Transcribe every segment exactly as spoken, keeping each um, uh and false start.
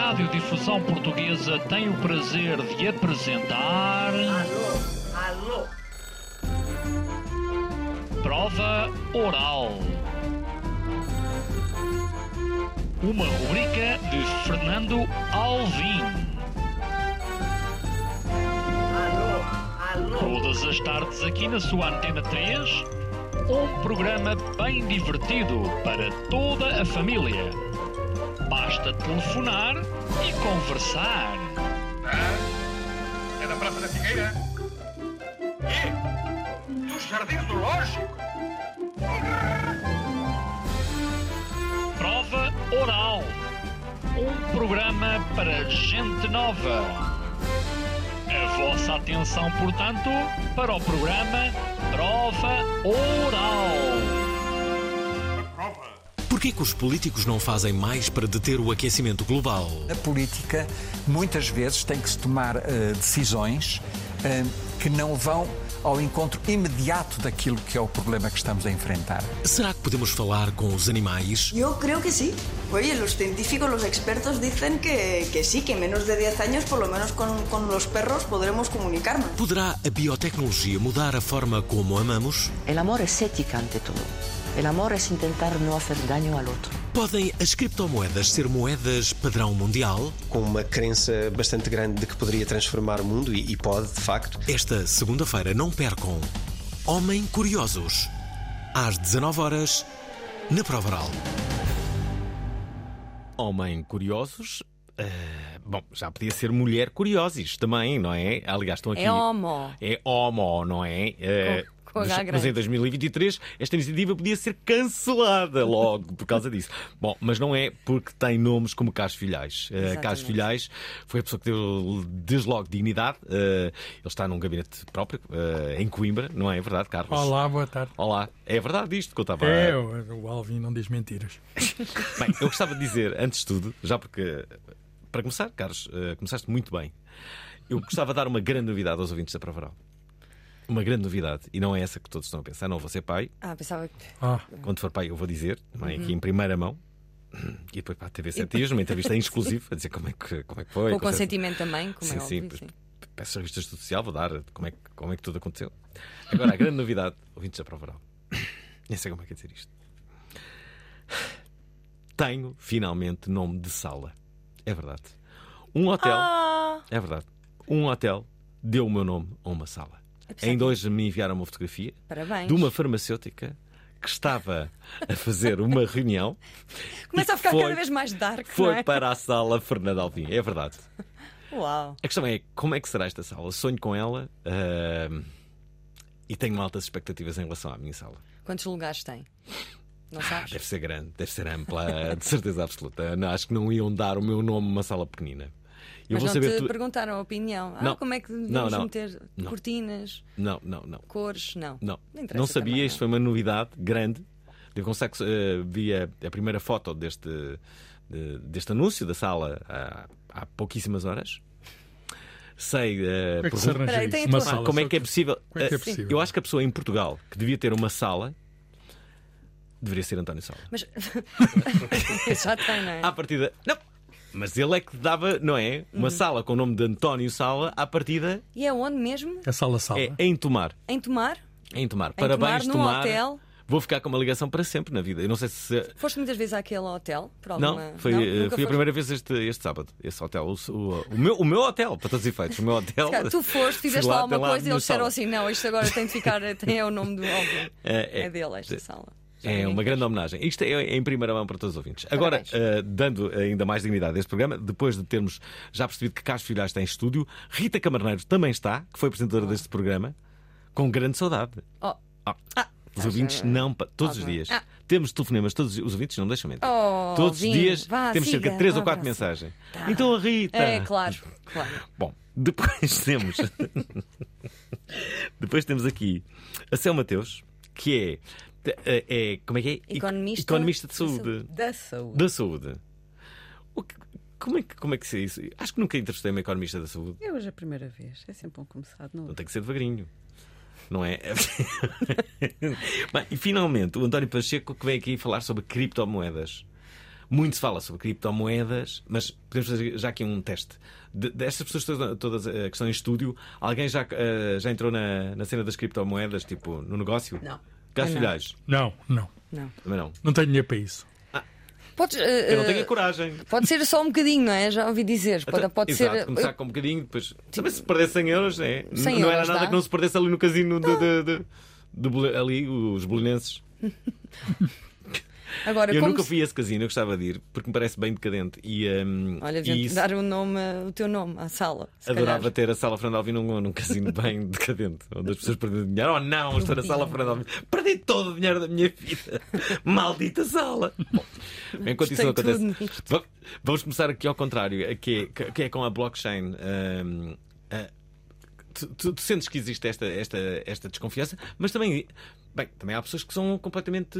Radiodifusão Portuguesa tem o prazer de apresentar... Alô, alô. Prova Oral. Uma rubrica de Fernando Alvim. Alô, alô. Todas as tardes aqui na sua Antena três, um programa bem divertido para toda a família. Basta telefonar e conversar. Ah, é da Praça da Figueira? E? Dos Jardins do Lógico? Prova Oral. Um programa para gente nova. A vossa atenção, portanto, para o programa Prova Oral. Prova. Porquê que os políticos não fazem mais para deter o aquecimento global? A política, muitas vezes, tem que se tomar uh, decisões uh, que não vão ao encontro imediato daquilo que é o problema que estamos a enfrentar. Será que podemos falar com os animais? Yo creo que sí. Oye, los científicos, los expertos dicen que, que sí, que en menos de diez años, por lo menos con, con los perros, podremos comunicarnos. Poderá a biotecnologia mudar a forma como amamos? El amor es ética ante todo. El amor es intentar no hacer daño al otro. Podem as criptomoedas ser moedas padrão mundial? Com uma crença bastante grande de que poderia transformar o mundo, e, e pode, de facto. Esta segunda-feira não percam Homem Curiosos, às dezanove horas, na Prova Oral. Homem Curiosos... Uh, bom, já podia ser Mulher Curiosis também, não é? Aliás, estão aqui... É homo. É homo, não é? Uh, Com, com mas, mas em dois mil e vinte e três esta iniciativa podia ser cancelada logo por causa disso. Bom, mas não é, porque tem nomes como Carlos Filhais. Uh, Carlos Filhais foi a pessoa que deu desde logo dignidade. Uh, ele está num gabinete próprio, uh, em Coimbra, não é verdade, Carlos? Olá, boa tarde. Olá, é verdade isto que eu estava a... É, o, o Alvin não diz mentiras. Bem, eu gostava de dizer, antes de tudo, já porque... Para começar, Carlos, uh, começaste muito bem. Eu gostava de dar uma grande novidade aos ouvintes da Prova Oral. Uma grande novidade. E não é essa que todos estão a pensar. Não vou ser pai. Ah, pensava que... Ah. Quando for pai eu vou dizer, não é? Aqui em primeira mão. E depois para a T V sete dias, numa entrevista em exclusivo, a dizer como é que, como é que foi. Com o consentimento também, como sim, é sim, óbvio. Sim. Peço a revistas do social, vou dar como é, que, como é que tudo aconteceu. Agora, a grande novidade, ouvintes da Prova Oral. Nem sei como é que é dizer isto. Tenho, finalmente, nome de sala. É verdade. Um hotel, ah. é verdade, um hotel deu o meu nome a uma sala. Ainda hoje me enviaram uma fotografia Parabéns. de uma farmacêutica que estava a fazer uma reunião. Começa a ficar foi, cada vez mais dark, Foi não é? para a sala Fernando Alvim, é verdade. Uau. A questão é, como é que será esta sala? Sonho com ela uh, e tenho altas expectativas em relação à minha sala. Quantos lugares tem? Não sabes? Ah, deve ser grande, deve ser ampla, de certeza absoluta. Não, acho que não iam dar o meu nome a uma sala pequenina. Eu Mas vou não saber te tu... perguntaram a opinião? Não. Ah, como é que devemos não, não. meter não. cortinas? Não, não, não. Cores? Não. Não, não, não sabia, também, isto não. foi uma novidade grande. Eu consigo, uh, vi a, a primeira foto deste, de, deste anúncio da sala há, há pouquíssimas horas. Sei uh, como é que, por... Peraí, tem uma a tua... sala, ah, como é que é possível. Como é que é Uh, possível? eu acho que a pessoa em Portugal que devia ter uma sala deveria ser António Sala. Mas já tem, não é? À partida. Não! Mas ele é que dava, não é? Uma Uhum. sala com o nome de António Sala, à partida E é onde mesmo? A sala-sala. é em Tomar. Em Tomar? Em Tomar. Em Parabéns, Tomar, num Tomar. hotel? Vou ficar com uma ligação para sempre na vida. Eu não sei se. Foste muitas vezes àquele hotel? Por Não, alguma... foi, não? eh, Nunca foi a foste? primeira vez este, este sábado. Esse hotel. O, o, o meu, o meu hotel, para todos os efeitos. O meu hotel. Cara, tu foste, Fui fizeste lá tem alguma coisa e a minha eles disseram sala. assim: não, isto agora tem de ficar, tem é o nome do álbum. É, é. É dele, esta sala. Já É ninguém uma fez. grande homenagem. Isto é em primeira mão para todos os ouvintes. Agora, Parabéns. uh, dando ainda mais dignidade a este programa, depois de termos já percebido que Carlos Filhais está em estúdio, Rita Camarneiro também está, que foi apresentadora Oh. deste programa, com grande saudade. Oh. Ah. Ah. Os ouvintes não. pa- Todos os Ah, dias. ah. Temos telefonemas, todos os ouvintes não deixam mentir. Oh, Todos os Vim, dias vá, temos cerca siga, de três um ou quatro abraço. mensagens. Tá. Então a Rita. É, claro, claro. Bom, depois temos. depois temos aqui a Céu Mateus, que é, é, é. Como é que é? Economista, Economista de saúde. Da saúde. Da saúde. O que- como, é que, como é que se é isso? Acho que nunca entrevistei uma economista da saúde. É hoje a primeira vez. É sempre bom começar de novo. Não tem que ser devagarinho. Não é? Bem, e finalmente o António Pacheco, que vem aqui falar sobre criptomoedas. muito se fala sobre criptomoedas, mas podemos fazer já aqui um teste. De, destas pessoas todas, todas uh, que estão em estúdio, alguém já, uh, já entrou na, na cena das criptomoedas, tipo, no negócio? Não. Carlos não. Filhais? Não, não. Não. Também não. Não tenho dinheiro para isso. Podes, uh, Eu não tenho a coragem. Pode ser só um bocadinho, não é? Já ouvi dizer. Pode, Até, pode exato, ser. começar com um bocadinho, depois. Também se perder cem euros, é. cem não era euros nada dá. que não se perdesse ali no casino de, de, de, de, de, ali, os bolinenses. Agora, eu como nunca se... fui a esse casino, eu gostava de ir, porque me parece bem decadente. E, um, Olha, e devia isso... dar o, nome, o teu nome à sala. Adorava calhar. ter a Sala Fernando Alvim num, num casino bem decadente, onde as pessoas perdem dinheiro. Oh não, estou na Sala Fernando Alvim. Perdi todo o dinheiro da minha vida. Maldita sala. Bom, enquanto isso não acontece, vamos, vamos começar aqui ao contrário, que é, que é com a blockchain. Um, uh, tu, tu, tu sentes que existe esta, esta, esta desconfiança, mas também. Bem, também há pessoas que são completamente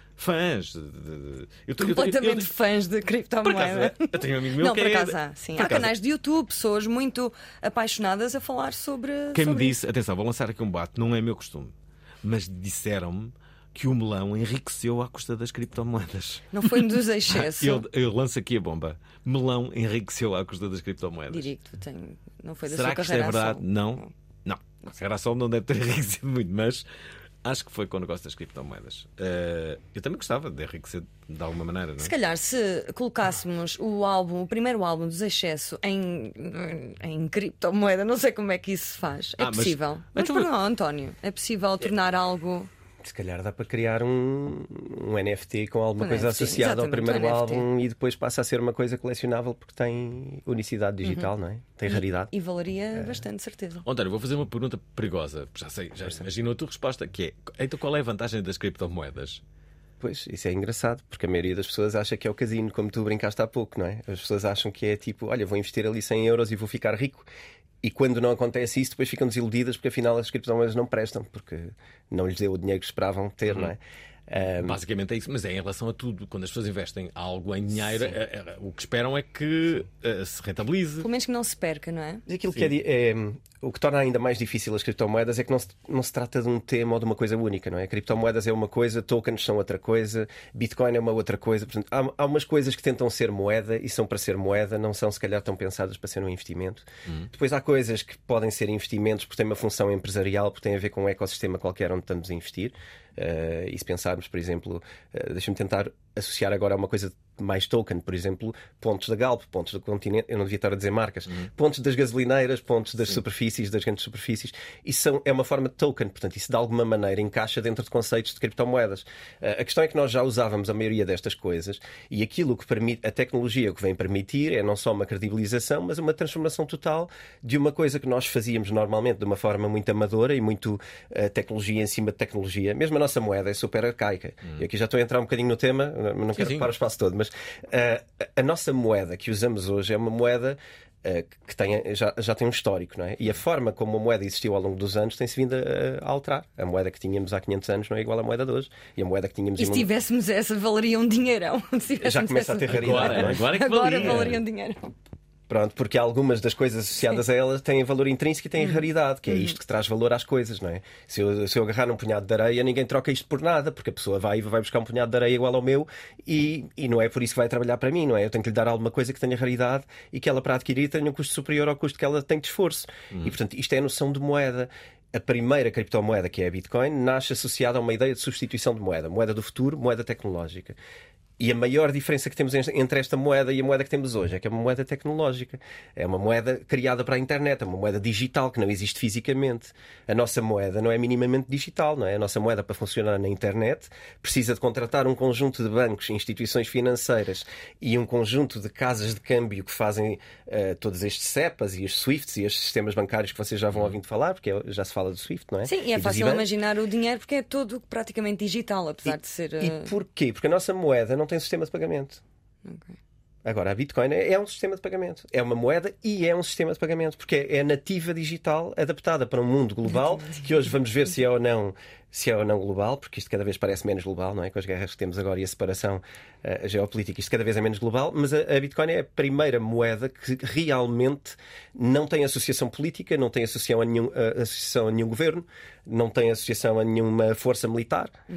fãs. De, de, eu tô, completamente eu, eu, eu, fãs de criptomoeda. Eu tenho um amigo meu não, que por é. acaso há, sim. Há canais de YouTube, pessoas muito apaixonadas a falar sobre. Quem sobre me disse, atenção, vou lançar aqui um bate, não é meu costume, mas disseram-me que o melão enriqueceu à custa das criptomoedas. Não foi um dos excessos. eu, eu lanço aqui a bomba. Melão enriqueceu à custa das criptomoedas. Diria que tenho... não foi da Será sua que isto é verdade? ação. Não. Não. A carreira ação não deve ter enriquecido muito, mas acho que foi com o negócio das criptomoedas. Uh, eu também gostava de enriquecer de alguma maneira, não é? Se calhar, se colocássemos o álbum, o primeiro álbum dos Excesso em, em criptomoeda, não sei como é que isso se faz. É Ah, mas- possível. Mas, Então- perdão, António, é possível tornar algo. Se calhar dá para criar um, um N F T com alguma Um coisa N F T, associada ao exatamente, primeiro um N F T. álbum e depois passa a ser uma coisa colecionável porque tem unicidade digital, não é? Tem raridade. E valeria bastante, certeza. António, vou fazer uma pergunta perigosa. Já sei, já imagino a tua resposta, que é: então qual é a vantagem das criptomoedas? Pois, isso é engraçado, porque a maioria das pessoas acha que é o casino, como tu brincaste há pouco, não é? As pessoas acham que é tipo, olha, vou investir ali cem euros e vou ficar rico. E quando não acontece isso, depois ficam desiludidas porque afinal as criptomoedas não prestam, porque não lhes deu o dinheiro que esperavam ter, não é? Um... Basicamente é isso, mas é em relação a tudo. Quando as pessoas investem algo em dinheiro, é, é, o que esperam é que uh, se rentabilize. Pelo menos que não se perca, não é? Mas aquilo que é, di- é, o que torna ainda mais difícil as criptomoedas é que não se, não se trata de um tema ou de uma coisa única, não é? Criptomoedas é uma coisa, tokens são outra coisa, Bitcoin é uma outra coisa. Portanto, há, há umas coisas que tentam ser moeda e são para ser moeda, não são se calhar tão pensadas para ser um investimento. Uhum. Depois há coisas que podem ser investimentos porque têm uma função empresarial, porque têm a ver com um ecossistema qualquer onde estamos a investir. Uh, e se pensarmos, por exemplo, uh, deixa-me tentar associar agora a uma coisa mais token, por exemplo, pontos da Galp, pontos do Continente, eu não devia estar a dizer marcas, uhum. pontos das gasolineiras, pontos das Sim. superfícies, das grandes superfícies. Isso são, é uma forma de token, portanto, isso de alguma maneira encaixa dentro de conceitos de criptomoedas. Uh, a questão é que nós já usávamos a maioria destas coisas e aquilo que permite, a tecnologia que vem permitir é não só uma credibilização, mas uma transformação total de uma coisa que nós fazíamos normalmente de uma forma muito amadora e muito uh, tecnologia em cima de tecnologia. Mesmo a nossa moeda é super arcaica. Hum. E aqui já estou a entrar um bocadinho no tema, não sim, quero sim. ocupar o espaço todo, mas uh, a nossa moeda que usamos hoje é uma moeda uh, que tem, já, já tem um histórico, não é? E a forma como a moeda existiu ao longo dos anos tem-se vindo a, a alterar. A moeda que tínhamos há quinhentos anos não é igual à moeda de hoje. E a moeda que tínhamos... E se tivéssemos mundo... essa, valeria um dinheirão. Já começa essa... a ter raridade. Agora, agora, é que agora valeria um dinheirão. Pronto, porque algumas das coisas associadas Sim. a elas têm valor intrínseco e têm uhum. raridade, que é isto que traz valor às coisas, não é? Se eu, se eu agarrar um punhado de areia, ninguém troca isto por nada, porque a pessoa vai e vai buscar um punhado de areia igual ao meu e, e não é por isso que vai trabalhar para mim, não é? Eu tenho que lhe dar alguma coisa que tenha raridade e que ela, para adquirir, tenha um custo superior ao custo que ela tem de esforço. Uhum. E, portanto, isto é a noção de moeda. A primeira criptomoeda, que é a Bitcoin, nasce associada a uma ideia de substituição de moeda. Moeda do futuro, moeda tecnológica. E a maior diferença que temos entre esta moeda e a moeda que temos hoje é que é uma moeda tecnológica. É uma moeda criada para a internet, é uma moeda digital que não existe fisicamente. A nossa moeda não é minimamente digital, não é? A nossa moeda, para funcionar na internet, precisa de contratar um conjunto de bancos, instituições financeiras e um conjunto de casas de câmbio que fazem uh, todos estes SEPAs e os SWIFTs e estes sistemas bancários que vocês já vão ouvindo falar, porque já se fala do SWIFT, não é? Sim, e é e fácil imaginar o dinheiro porque é todo praticamente digital, apesar e, de ser... Uh... E porquê? Porque a nossa moeda não tem sistema de pagamento. Okay. Agora, a Bitcoin é um sistema de pagamento. É uma moeda e é um sistema de pagamento, porque é nativa digital, adaptada para um mundo global, que hoje vamos ver se é ou não, se é ou não global, porque isto cada vez parece menos global, não é? Com as guerras que temos agora e a separação uh, geopolítica, isto cada vez é menos global, mas a, a Bitcoin é a primeira moeda que realmente não tem associação política, não tem associação a nenhum, uh, associação a nenhum governo, não tem associação a nenhuma força militar. Uhum.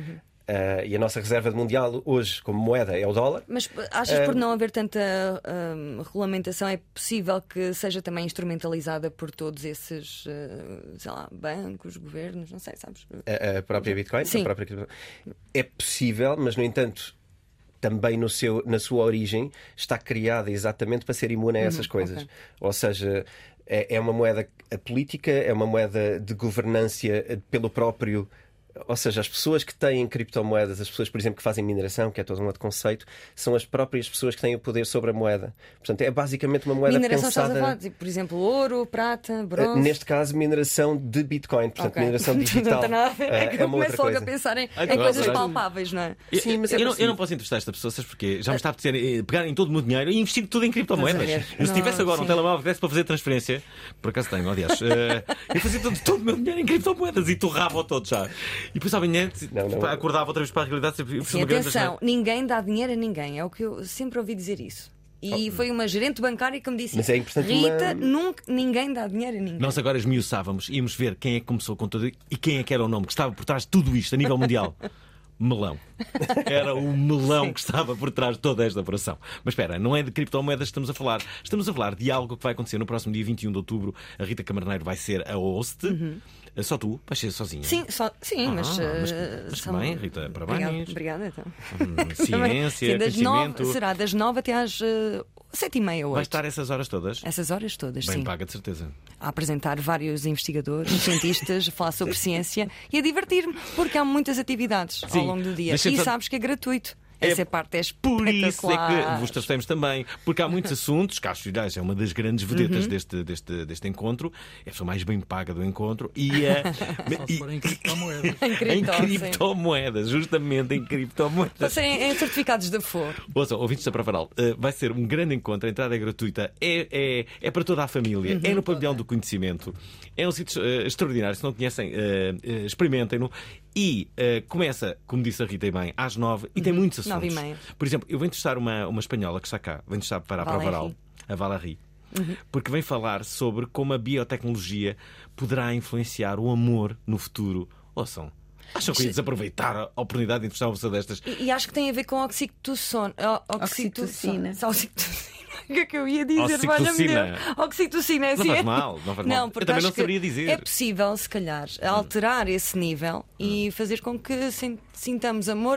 Uh, e a nossa reserva de mundial hoje, como moeda, é o dólar. Mas achas que Uh, por não haver tanta hum, regulamentação é possível que seja também instrumentalizada por todos esses, uh, sei lá, bancos, governos, não sei, sabes? A, a própria Bitcoin? Sim. A própria... É possível, mas no entanto, também no seu, na sua origem, está criada exatamente para ser imune a essas Uhum, coisas. okay. Ou seja, é, é uma moeda política, é uma moeda de governância pelo próprio. Ou seja, as pessoas que têm criptomoedas, as pessoas, por exemplo, que fazem mineração, que é todo um outro conceito, são as próprias pessoas que têm o poder sobre a moeda. Portanto, é basicamente uma moeda Mineração pensada... estás a falar, tipo, por exemplo, ouro, prata, bronze. Neste caso, mineração de Bitcoin, portanto, Okay. mineração digital. Não tem nada a ver. É que é eu uma outra começo logo coisa. a pensar em, Ah, em claro, coisas claro. palpáveis, não é? Eu, Sim, mas é eu, não, eu possível. não posso entrevistar esta pessoa, sabes porquê? Já me está a apetecer pegar em todo o meu dinheiro e investir tudo em criptomoedas. Estás a ver? Eu, se tivesse Não, agora um sim. telemóvel que desse para fazer transferência, por acaso tenho, aliás, uh, eu fazia todo, todo o meu dinheiro em criptomoedas e torrava todo já. E depois amanhã Não, não. acordava outra vez para a realidade. Sempre, Sim, uma grande atenção, asneira. ninguém dá dinheiro a ninguém. É o que eu sempre ouvi dizer isso. E foi uma gerente bancária que me disse Mas isso. é importante Rita, uma- nunca, ninguém dá dinheiro a ninguém. Nós agora esmiuçávamos, íamos ver quem é que começou com tudo e quem é que era o nome que estava por trás de tudo isto a nível mundial. Melão. Era o melão que estava por trás de toda esta operação. Mas espera, não é de criptomoedas que estamos a falar. Estamos a falar de algo que vai acontecer no próximo dia vinte e um de outubro. A Rita Camarneiro vai ser a host. Uhum. Só tu? Vais ser sozinha? Sim, só, sim Ah, mas. mas- uh, mas são- também, Rita, parabéns. Obrigada, obrigada então. Hum, Também, ciência, sim, das conhecimento. nove, será das nove até às uh, sete e meia hoje. Vai estar essas horas todas? Essas horas todas, Bem sim. paga, de certeza. A apresentar vários investigadores, cientistas, a falar sobre ciência e a divertir-me, porque há muitas atividades Sim. ao longo do dia. Deixa-me E só- sabes que é gratuito. É Essa parte é Por isso é espetacular. que vos trouxemos também, porque há muitos assuntos. Carlos Filhais é uma das grandes vedetas Uhum. deste, deste, deste encontro, é a pessoa mais bem paga do encontro e, é Só se for em criptomoedas. Em em cripto, sim. criptomoedas, justamente em criptomoedas. Passem em certificados de Foro. Ouçam, ouvintes da Provaral, uh, vai ser um grande encontro, a entrada é gratuita, é, é, é para toda a família, Uhum. é no pavilhão do conhecimento, é um sítio uh, extraordinário. Se não conhecem, uh, uh, experimentem-no. E uh, começa, como disse a Rita e bem, às nove e tem muitos assuntos. Nove e meia. Por exemplo, eu vou entrevistar uma, uma espanhola que está cá, vou entrevistar para a Valérie. Provaral, a Valérie, porque vem falar sobre como a biotecnologia poderá influenciar o amor no futuro. Ouçam. Acham que eu ia desaproveitar a oportunidade de entrevistar uma pessoa destas? E, e acho que tem a ver com oxitocina. Oxitocina. Oxitocina. O que é que eu ia dizer? Oxitocina. Valha-me Deus. Oxitocina, é Não assim. faz mal, não faz mal. Não, Eu porque também acho não que saberia dizer. É possível, se calhar, alterar esse nível e fazer com que sin- sintamos amor.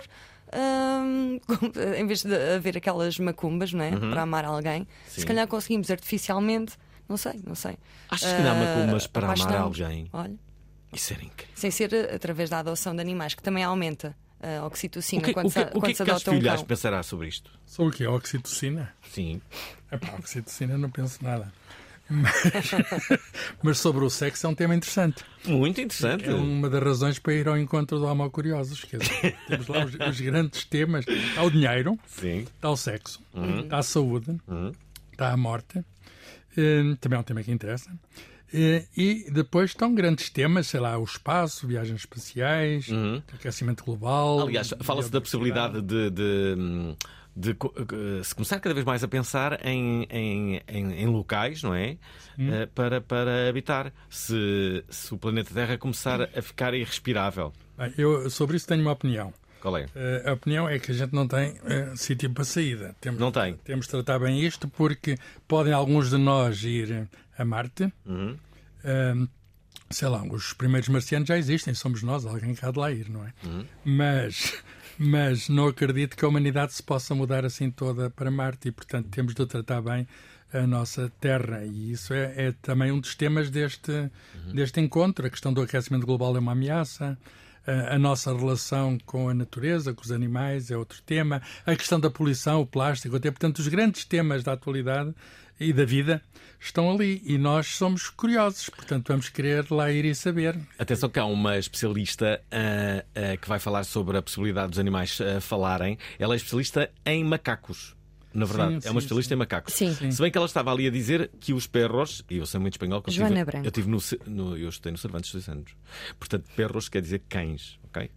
hum, em vez de haver aquelas macumbas, não é? Para amar alguém, Sim. se calhar conseguimos artificialmente, não sei, não sei. Achas que não há Ah, macumbas para amar apaixonamos. alguém? Olha, Isso era incrível. sem ser uh, através da adoção de animais, que também aumenta a O oxitocina que, quando o se, que, o que quando é se que Carlos adota um Filhais cão. pensará sobre isto? Sobre o que? A oxitocina? Sim. Epá, a oxitocina não penso nada. Mas, mas sobre o sexo é um tema interessante. Muito interessante. É uma das razões para ir ao encontro do Homo Curiosos. Quer dizer, temos lá os, os grandes temas. Está o dinheiro, Sim. está o sexo, Uhum. está a saúde, Uhum. está a morte. Eh, também é um tema que interessa. Eh, e depois estão grandes temas, sei lá, o espaço, viagens espaciais, Uhum. aquecimento global. Aliás, fala-se da possibilidade de, de, de, co- eh, se começar cada vez mais a pensar em, em, em, em locais, não é? Eh, para, para habitar. Se, se o planeta Terra começar a ficar irrespirável. Bem, eu sobre isso tenho uma opinião. Qual é? Eh, a opinião é que a gente não tem eh, sítio para saída. Temos, Não tem. Temos de tratar bem isto porque podem alguns de nós ir a Marte. Uhum. Eh, sei lá, os primeiros marcianos já existem, somos nós, alguém cá de lá ir, não é? Uhum. Mas, mas não acredito que a humanidade se possa mudar assim toda para Marte e, portanto, temos de tratar bem a nossa Terra. E isso é, é também um dos temas deste, Uhum. deste encontro. A questão do aquecimento global é uma ameaça. A, a nossa relação com a natureza, com os animais, é outro tema. A questão da poluição, o plástico, até, portanto, os grandes temas da atualidade e da vida estão ali. E nós somos curiosos, portanto, vamos querer lá ir e saber. Atenção que há uma especialista ah, ah, que vai falar sobre a possibilidade dos animais ah, falarem. Ela é especialista em macacos. Na verdade, Sim, é uma sim, especialista sim. em macacos. Sim. Sim. Se bem que ela estava ali a dizer que os perros, e eu sei muito espanhol, que eu Joana tive, Branco. eu tive no, no, eu estudei no Cervantes dois anos. Portanto, perros quer dizer cães, ok?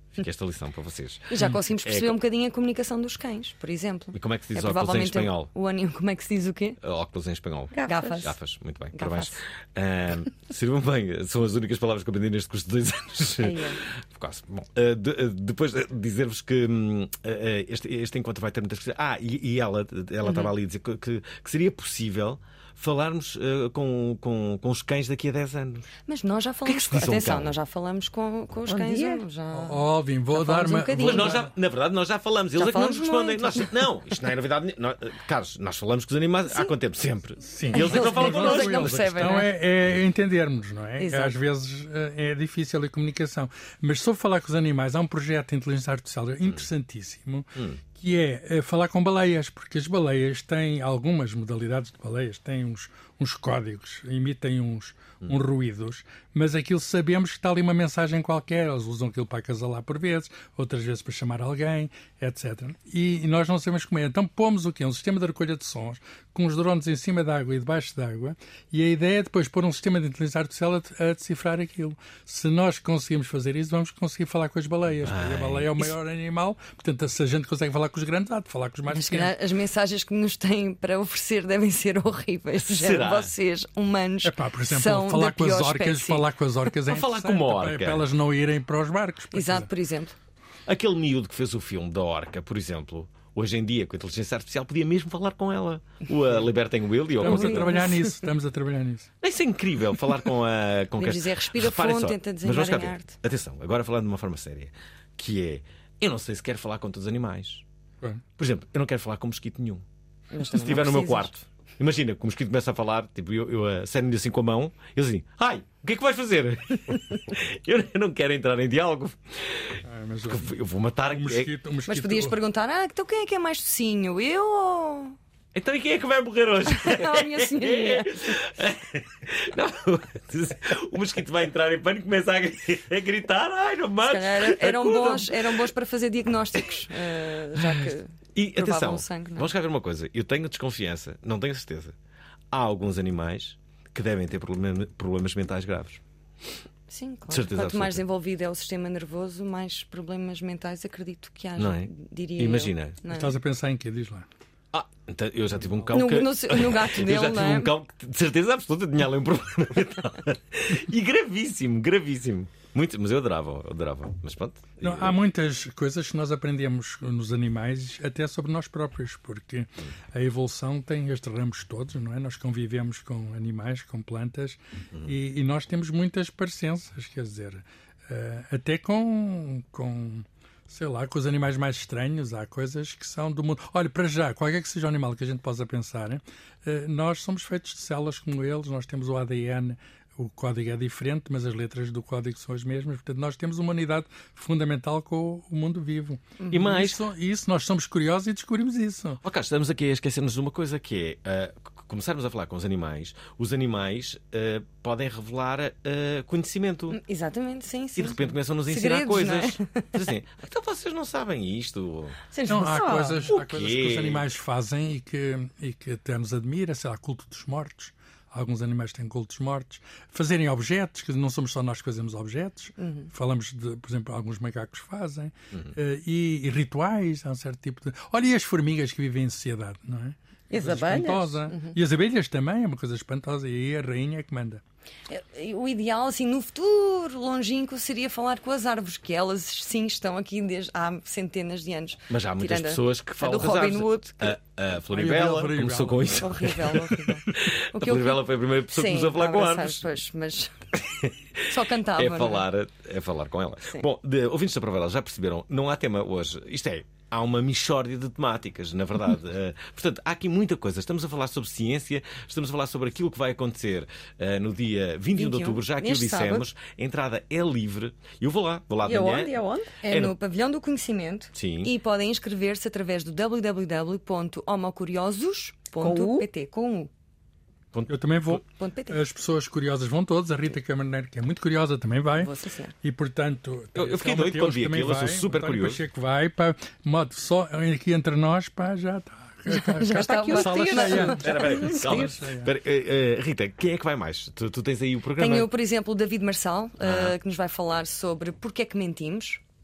Fica esta lição para vocês. E já conseguimos perceber É- um bocadinho a comunicação dos cães, por exemplo. E como é que se diz É óculos em provavelmente espanhol? O aninho, como é que se diz o quê? Óculos em espanhol. Gafas. Gafas, muito bem. Gafas. Parabéns. Ah, sirvam bem, são as únicas palavras que eu aprendi neste curso de dois anos. Aí é. Quase. Bom, ah, de- ah, depois de dizer-vos que hum, ah, ah, este, este encontro vai ter muitas coisas. Ah, e, e ela ela Uhum. estava ali a dizer que, que- que seria possível falarmos ah, com, com, com os cães daqui a dez anos. Mas nós já falamos. se diz a um Atenção, cão? nós já falamos com, com os Bom cães. dia. Já... Ó, Alvin, vou Já dar falamos um uma. bocadinho. Mas nós já, na verdade, nós já falamos. Eles Já é que não nos falamos respondem. muito. Nós- não, isto não é novidade. nenhuma. Nós- Carlos, nós falamos com os animais há quanto tempo? Sempre. Sim. Eles é que não falam Eles é connosco. que não A percebem, questão não é? é, é entendermos, não é? Exato. Às vezes eh, é difícil a comunicação. Mas sobre falar com os animais, há um projeto de inteligência artificial interessantíssimo que é eh, falar com baleias, porque as baleias têm algumas modalidades de baleias, têm uns, uns códigos, emitem uns, uns ruídos, mas aquilo sabemos que está ali uma mensagem qualquer, eles usam aquilo para acasalar por vezes, outras vezes para chamar alguém, etcétera. E, e nós não sabemos como é. Então pomos o quê? Um sistema de recolha de sons com os drones em cima da água e debaixo da água, e a ideia é depois pôr um sistema de inteligência artificial a, a decifrar aquilo. Se nós conseguimos fazer isso, vamos conseguir falar com as baleias. porque a baleia é o maior animal, portanto, se a gente consegue falar com os grandes, há de falar com os mais Mas se pequenos. calhar as mensagens que nos têm para oferecer devem ser horríveis. Do Será? género, vocês, humanos, Epá, por exemplo, são falar da com as pior orcas, espécie. falar com as orcas é Ou falar com interessante, uma para- orca. para elas não irem para os barcos. por Exato, exemplo. por exemplo. Aquele miúdo que fez o filme da Orca, por exemplo, hoje em dia, com a inteligência artificial, podia mesmo falar com ela. O uh, Libertem Willy ou Estamos a com... trabalhar nisso, estamos a trabalhar nisso. Isso é incrível, falar com a. Com Podemos que- dizer, respira Reparem fundo, só, tenta mas vamos desenhar cá em ver. arte. Atenção, agora falando de uma forma séria, que é: eu não sei se quero falar com todos os animais. Bom. Por exemplo, eu não quero falar com mosquito nenhum. Mas Se também estiver não no meu precisas. quarto, imagina que o mosquito começa a falar, tipo, eu, eu a sério assim com a mão, eu assim, ai, o que é que vais fazer? eu, eu não quero entrar em diálogo. Ah, mas, Porque eu vou matar. o mosquito, o mosquito, Mas podias perguntar, ah, então quem é que é mais docinho? Eu ou... Então e quem é que vai morrer hoje? Oh, minha senhoria. Não, o mosquito vai entrar em pânico e começa a gri- a gritar, ai, não Se mates. calhar era- eram acudam-me." bons, eram bons para fazer diagnósticos, eh, já que E provavam atenção, o sangue, não é? vamos cá ver uma coisa. Eu tenho desconfiança, não tenho certeza. Há alguns animais que devem ter problema- problemas mentais graves. Sim, claro. certeza Quanto mais absoluta. envolvido é o sistema nervoso, mais problemas mentais acredito que haja, Não é? diria Imagina. eu, não é? Estás a pensar em quê? Diz lá. Ah, então eu já tive um cão No- que... no- no gato Eu dele, já tive não é? um cão que, de certeza absoluta, tinha ali um problema mental. E gravíssimo, gravíssimo. Muito, mas eu adorava, eu adorava. Mas pronto. Não, há muitas coisas que nós aprendemos nos animais, até sobre nós próprios, porque a evolução tem estes ramos todos, não é? Nós convivemos com animais, com plantas, e, e nós temos muitas parecenças, quer dizer, eh, até com, com, sei lá, com os animais mais estranhos, há coisas que são do mundo. Olha, para já, qualquer que seja o animal que a gente possa pensar, eh, nós somos feitos de células como eles, nós temos o A D N. O código é diferente, mas as letras do código são as mesmas. Portanto, nós temos uma unidade fundamental com o mundo vivo. E mais- Isso, isso nós somos curiosos e descobrimos isso. Oh, Carlos, estamos aqui a esquecer-nos de uma coisa que é uh, começarmos a falar com os animais. Os animais uh, podem revelar uh, conhecimento. Exatamente, sim, sim. E de repente começam-nos a ensinar Segredos, não é? coisas. Diz assim, então vocês não sabem isto. Vocês Não, não há sabem. coisas, O há coisas que quê? os animais fazem e que, e que até nos admira, sei lá, culto dos mortos. Alguns animais têm cultos mortos. Fazerem objetos, que não somos só nós que fazemos objetos. Uhum. Falamos de, por exemplo, alguns macacos fazem. Eh, e, e rituais, há um certo tipo de... Olha, e as formigas que vivem em sociedade, não é? E as Coisa abelhas? espantosa. Uhum. E as abelhas também, é uma coisa espantosa. E aí a rainha é que manda. O ideal, assim, no futuro longínquo, seria falar com as árvores, que elas sim estão aqui desde há centenas de anos. Mas há muitas Tirando a- pessoas que a falam do das Robin árvores. Hood, que- A, a Floribela Ai, a Floribela. começou com isso. Horrível, horrível. O A que eu- Floribela foi a primeira pessoa que Sim, começou a falar com abraçar, árvores. Pois, mas só cantava. É não falar, é falar com ela. Sim. Bom, de, ouvintes da Provela, já perceberam, não há tema hoje. Isto é, há uma mixórdia de temáticas, na verdade. uh, portanto, há aqui muita coisa. Estamos a falar sobre ciência, estamos a falar sobre aquilo que vai acontecer uh, no dia vinte e um de vinte e um, outubro, já aqui o neste dissemos. A entrada é livre. Eu vou lá, vou lá de E manhã. aonde? E aonde? É, É no no- Pavilhão do Conhecimento. Sim. E podem inscrever-se através do w w w ponto homocuriosos ponto p t com u. Eu também vou. Ponto pt. As pessoas curiosas vão todas. A Rita Camarneiro, que é muito curiosa, também vai. Vou sim, senhor. E, portanto, Eu- eu fiquei Telma doido Mateus quando vi também aquilo, eu sou vai, super António curioso. Pacheco vai, pá, modo só aqui entre nós, pá, já está. Já está a sala aqui o cheia. Espera, espera, calma. Espera, eh, eh, Rita, quem é que vai mais? Tu, tu tens aí o programa? Tenho, por exemplo, o David Marçal, Ah. uh, que nos vai falar sobre porque é que mentimos.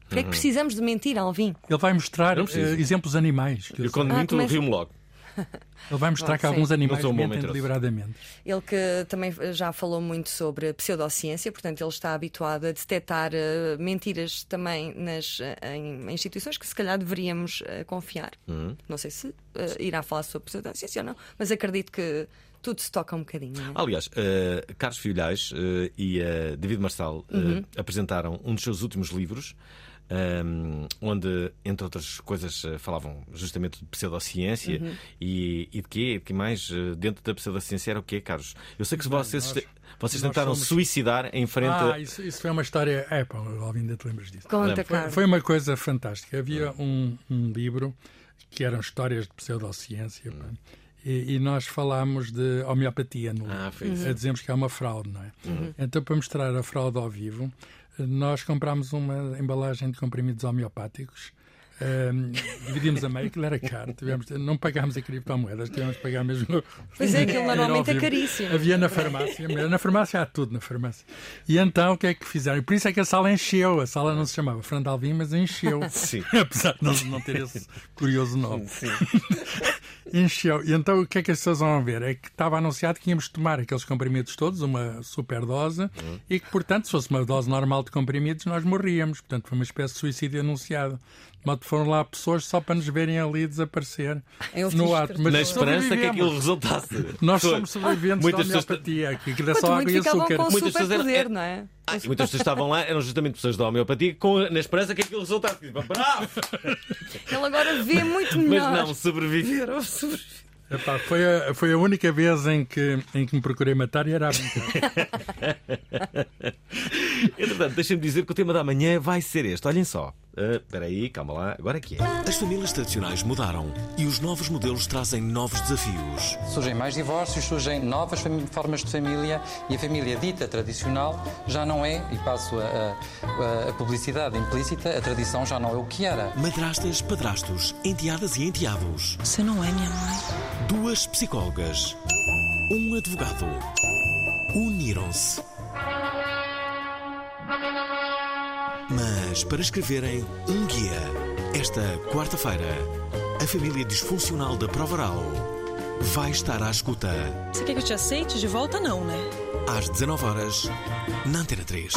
Porquê é que precisamos de mentir, Alvin? Ele vai mostrar uh, exemplos animais. Eu, quando Ah, minto, também- rio-me logo. Ele vai mostrar Oh, que sim. alguns animais Não sou um bom mentem mentiroso. deliberadamente. Ele que também já falou muito sobre pseudociência, portanto ele está habituado a detectar uh, mentiras também nas, uh, em instituições que se calhar deveríamos uh, confiar. Uhum. Não sei se uh, irá falar sobre pseudociência ou não, mas acredito que tudo se toca um bocadinho. Não é? Aliás, uh, Carlos Filhais uh, e uh, David Marçal uh, Uhum. apresentaram um dos seus últimos livros, um, onde, entre outras coisas, uh, falavam justamente de pseudociência Uhum. e, e de quê? De que mais uh, dentro da pseudociência era o quê, Carlos? Eu sei que vocês, nós- vocês nós tentaram somos- suicidar em frente. Ah, isso, isso foi uma história. É, pá, Alvin, ainda te lembras disso? Conta, Foi, Carlos. foi uma coisa fantástica. Havia um, um livro que eram histórias de pseudociência, pá, e, e nós falámos de homeopatia no livro. Ah, foi isso. A dizemos que é uma fraude, não é? Uhum. Então, para mostrar a fraude ao vivo, nós comprámos uma embalagem de comprimidos homeopáticos. Um, dividimos a meio, aquilo era caro. Tivemos, não pagámos a criptomoedas, tivemos de pagar mesmo. Pois é, aquilo ir ao normalmente é vivo. caríssimo. Havia na farmácia, mas na farmácia há tudo na farmácia. E então o que é que fizeram? E por isso é que a sala encheu. A sala não se chamava Fernando Alvim, mas encheu. Sim. Apesar de não, não ter esse curioso nome. Sim. Encheu. E então o que é que as pessoas vão ver? É que estava anunciado que íamos tomar aqueles comprimidos todos, uma superdose, Uhum. e que, portanto, se fosse uma dose normal de comprimidos, nós morríamos. Portanto, foi uma espécie de suicídio anunciado. De modo que foram lá pessoas só para nos verem ali desaparecer Eu no fiz ato. cartão. Mas Na esperança que sobrevivemos. aquilo resultasse. Nós Foi- somos sobreviventes Muitas da pessoas- homeopatia. Que aquilo é Quanto só água muito e ficavam açúcar. com Muitas pessoas eram- superpoder, é- não é? Ah, e muitas pessoas estavam lá, eram justamente pessoas da homeopatia, com, na esperança que aquilo resultasse. Tipo, bravo! Ele agora vê muito Mas melhor. não, sobreviveram. Epá, foi, a, foi a única vez em que, em que me procurei matar e era a brincar. Entretanto, deixem-me dizer que o tema da manhã vai ser este. Olhem só. Ah, Espera aí, calma lá. Agora é que é. As famílias tradicionais mudaram e os novos modelos trazem novos desafios. Surgem mais divórcios, surgem novas fami- formas de família e a família dita tradicional já não é, e passo a, a, a publicidade implícita, a tradição já não é o que era. Madrastas, padrastos, enteadas e enteados. Você não é minha mãe. Duas psicólogas. Um advogado. Uniram-se. Mas para escreverem um guia, esta quarta-feira, a família disfuncional da Provaral vai estar à escuta. Você quer que eu te aceite de volta, não, né? Às dezanove horas, na Antena três.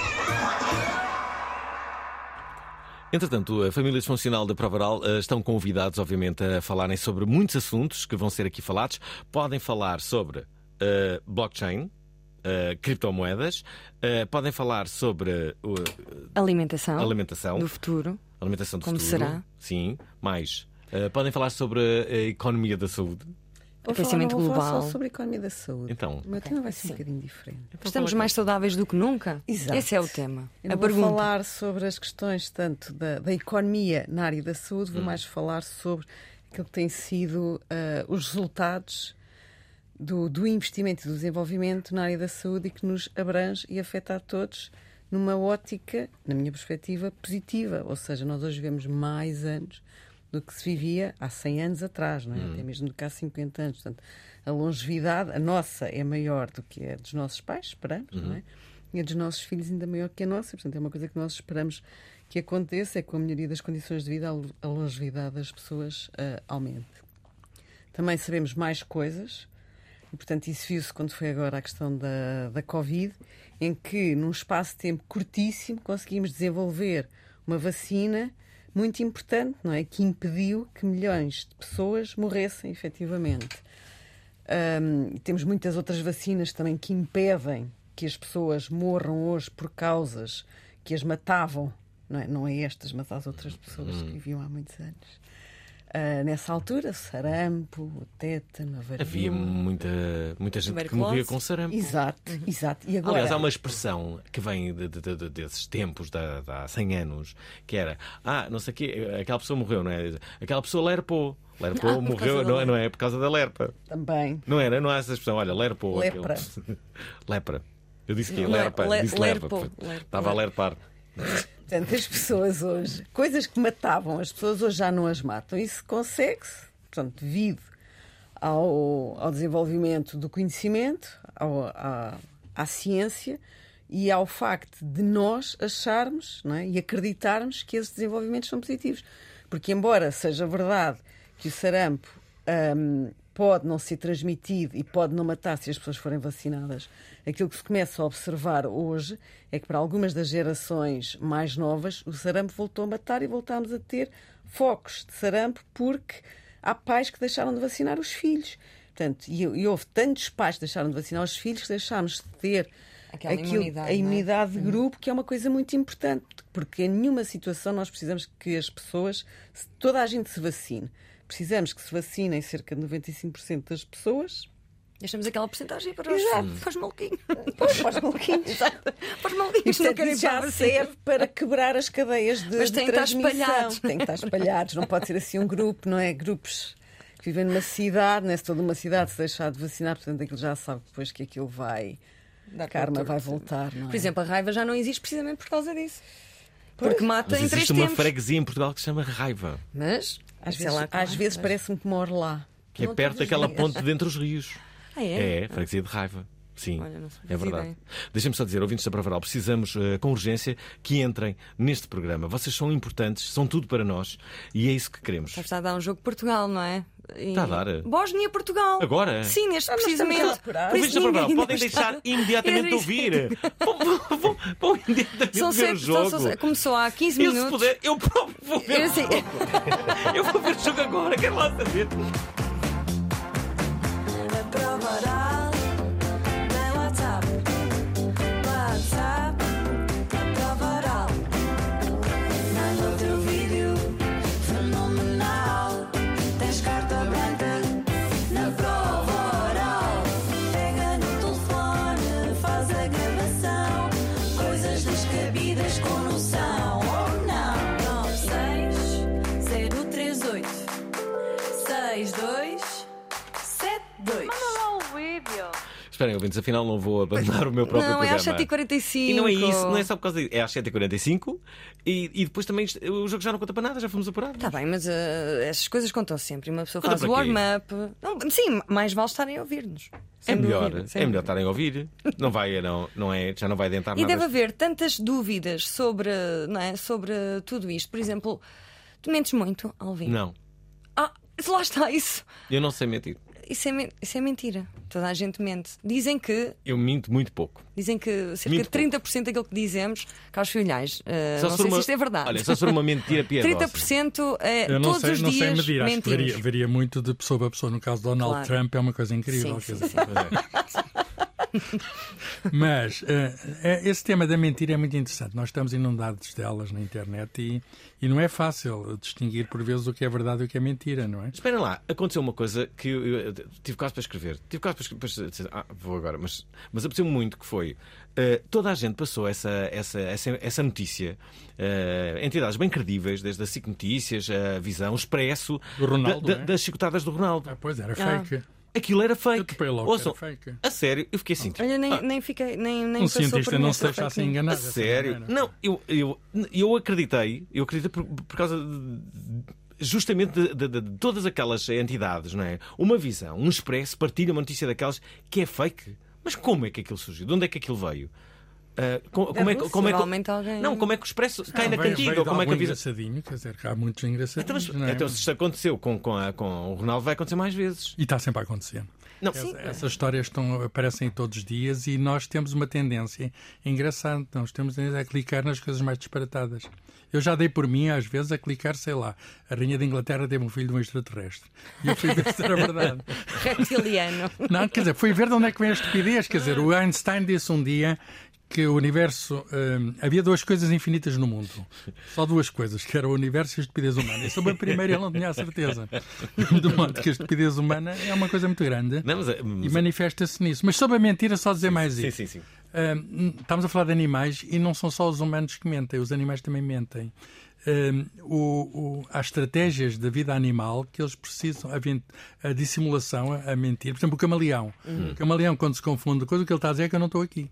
Entretanto, a família disfuncional da Provaral uh, estão convidados, obviamente, a falarem sobre muitos assuntos que vão ser aqui falados. Podem falar sobre uh, blockchain, uh, criptomoedas, uh, podem falar sobre uh, Alimentação. alimentação Do futuro. alimentação do Como futuro. será? Sim, mais. Uh, podem falar sobre a economia da saúde. Vou Aquecimento falar, não vou falar global. só sobre a economia da saúde. Então. O meu tema vai ser um bocadinho diferente. Estamos mais saudáveis do que nunca? Exato. Esse é o tema. Eu não a vou pergunta. falar sobre as questões tanto da, da economia na área da saúde, vou Hum. mais falar sobre aquilo que tem sido uh, os resultados do, do investimento e do desenvolvimento na área da saúde e que nos abrange e afeta a todos numa ótica, na minha perspectiva, positiva. Ou seja, nós hoje vivemos mais anos do que se vivia há cem anos atrás, não é? Hum. Até mesmo do que há cinquenta anos. Portanto, a longevidade, a nossa é maior do que a dos nossos pais, esperamos, não é? E a dos nossos filhos ainda maior que a nossa. Portanto, é uma coisa que nós esperamos que aconteça, é que com a melhoria das condições de vida a longevidade das pessoas uh, aumente. Também sabemos mais coisas, e portanto isso viu-se quando foi agora a questão da, da Covid, em que num espaço de tempo curtíssimo conseguimos desenvolver uma vacina muito importante, não é? Que impediu que milhões de pessoas morressem efetivamente. Um, temos muitas outras vacinas também que impedem que as pessoas morram hoje por causas que as matavam, não é, não é estas, mas as outras pessoas que viviam há muitos anos. Uh, nessa altura, sarampo, o tétano, a varíola. Havia muita, muita gente que Tuberculose. morria com sarampo. Exato, exato. E agora... Aliás, há uma expressão que vem de, de, de, desses tempos, de, de há cem anos, que era, ah, não sei o quê, aquela pessoa morreu, não é? Aquela pessoa lerpou. Lerpou, Ah, morreu, não, é- não é por causa da lerpa. Também. Não era? Não há essa expressão, olha, lerpou. Lepra. aquele- Lepra. Eu disse que Le- lerpa. le- disse lerpou, lerpa. lerpou. Estava a lerpar. Portanto, as pessoas hoje, coisas que matavam, as pessoas hoje já não as matam. Isso consegue-se, portanto, devido ao, ao desenvolvimento do conhecimento, ao, à, à ciência e ao facto de nós acharmos, não é? E acreditarmos que esses desenvolvimentos são positivos. Porque, embora seja verdade que o sarampo hum, pode não ser transmitido e pode não matar se as pessoas forem vacinadas, aquilo que se começa a observar hoje é que para algumas das gerações mais novas o sarampo voltou a matar e voltámos a ter focos de sarampo porque há pais que deixaram de vacinar os filhos. Portanto, e, e houve tantos pais que deixaram de vacinar os filhos que deixámos de ter Aquela aquilo, imunidade, a imunidade não é? de grupo, que é uma coisa muito importante, porque em nenhuma situação nós precisamos que as pessoas, toda a gente se vacine. Precisamos que se vacinem cerca de noventa e cinco por cento das pessoas. Deixamos aquela porcentagem para os, para os maluquinhos. Pois, para os maluquinhos. Exato. Para os maluquinhos E, que não portanto, querem isso já para serve para quebrar as cadeias de, Mas de têm que estar transmissão. espalhados. Tem que estar espalhados. Não pode ser assim um grupo, não é? Grupos que vivem numa cidade, né? Se toda uma cidade se deixar de vacinar, portanto, aquilo já sabe depois que aquilo vai... A karma vai voltar, não é? Por exemplo, a raiva já não existe precisamente por causa disso. Porque mata Mas em três existe uma tempos. freguesia em Portugal que se chama Raiva. Mas, Às sei vezes, lá, às vezes parece-me que moro lá. Que é Não perto todos os daquela dias. ponte de entre os rios. Ah, é? É, freguesia de Raiva. Sim, Olha, não sei, é verdade. ideia. Deixem-me só dizer, ouvintes da Provaral, precisamos uh, com urgência que entrem neste programa. Vocês são importantes, são tudo para nós e é isso que queremos. Já está a dar um jogo de Portugal, não é? E... Está a dar. Bósnia-Portugal. Agora? Sim, neste Ah, nós precisamente. estamos a apurar. Por Ouvintes isso da Provaral, ninguém podem ainda deixar está- imediatamente de Era ouvir. Vão, vão, vão, vão imediatamente São ver o sempre- são- jogo. são- começou há quinze Eu, se minutos. puder, eu próprio vou ver. Eu o sei. jogo. Eu vou ver o jogo agora, quero lá saber. Esperem, ouvintes, afinal não vou abandonar o meu próprio Não, é programa. às sete e quarenta e cinco. E não é isso, não é só por causa disso. É às sete e quarenta e cinco e, e depois também o jogo já não conta para nada, já fomos apurados. Está bem, mas uh, essas coisas contam sempre. Uma pessoa Conta faz o para quê? warm-up. Não, sim, mais vale estarem a ouvir-nos. É Sem melhor, dúvida, sem é melhor dúvida. estarem a ouvir. Não vai, não, não é, já não vai adentar E nada. deve haver tantas dúvidas sobre, não é, sobre tudo isto. Por exemplo, tu mentes muito, Alvin? Não, Ah, lá está isso. eu não sei mentir. Isso é, men- isso é mentira. Toda a gente mente. Dizem que, Eu minto muito pouco. dizem que cerca Minto de trinta por cento daquilo que dizemos, Carlos Filhais, uh, Só não se for sei uma- se isto é verdade. Olha, só se for uma mentira piedosa. trinta por cento é Eu não todos sei, os não dias sei medir, acho que mentimos. varia, varia muito de pessoa para pessoa. No caso de Donald Claro. Trump é uma coisa incrível. Sim, quer sim, dizer. Mas eh, eh, esse tema da mentira é muito interessante. Nós estamos inundados delas na internet e, e não é fácil distinguir por vezes o que é verdade e o que é mentira, não é? Esperem lá, aconteceu uma coisa que eu, eu tive quase para escrever. Tive quase para escrever. Depois, ah, vou agora, mas, mas apeteceu-me muito que foi. Uh, toda a gente passou essa, essa, essa, essa notícia, uh, entidades bem credíveis, desde a SIC Notícias, a Visão, o Expresso, Do Ronaldo, da- da- não é? das chicotadas do Ronaldo. Ah, pois era Ah. fake. Aquilo era Eu fake. topei logo que Ouçam, era fake. a sério, eu fiquei assim. Olha, nem, ah, nem fiquei, nem, nem Um passou cientista por mim não essa se deixasse fake news. enganar. A dessa sério? maneira. Não, eu, eu, eu acreditei, eu acreditei por, por causa de, justamente de, de- de todas aquelas entidades, não é? Uma Visão, um Expresso partilha uma notícia daquelas que é fake. Mas como é que aquilo surgiu? De onde é que aquilo veio? Ah, co- como, é, que- Rússia, como é que provavelmente alguém- Não, como é que o Expresso cai Não, na veio- cantiga? veio Ou de como é que a algum Visão... engraçadinho, quer dizer, que há muitos engraçadinhos. Então, mas, não é? então, se isto aconteceu com, com, a- com o Ronaldo, vai acontecer mais vezes. E está sempre a acontecer. Não. Essa- essas histórias estão, aparecem todos os dias e nós temos uma tendência engraçada. Nós temos a tendência a clicar nas coisas mais disparatadas. Eu já dei por mim, às vezes, a clicar, sei lá, a Rainha da Inglaterra teve um filho de um extraterrestre. E eu fui ver se era verdade. Reptiliano. Não, quer dizer, fui ver de onde é que vem a estupidez. Quer dizer, o Einstein disse um dia que o universo... hum, havia duas coisas infinitas no mundo. Só duas coisas, que era o universo e a estupidez humana. E sobre a primeira ele não tinha a certeza. De modo que a estupidez humana é uma coisa muito grande Não, mas, e mas... manifesta-se nisso. Mas sobre a mentira, só dizer mais Sim, isso. sim, sim. Hum, estamos a falar de animais e não são só os humanos que mentem, os animais também mentem. Hum, o, o, há estratégias da vida animal que eles precisam, a, ven- a dissimulação, a, a mentir. Por exemplo, o camaleão. Uhum. O camaleão, quando se confunde, a coisa que ele está a dizer é que eu não estou aqui.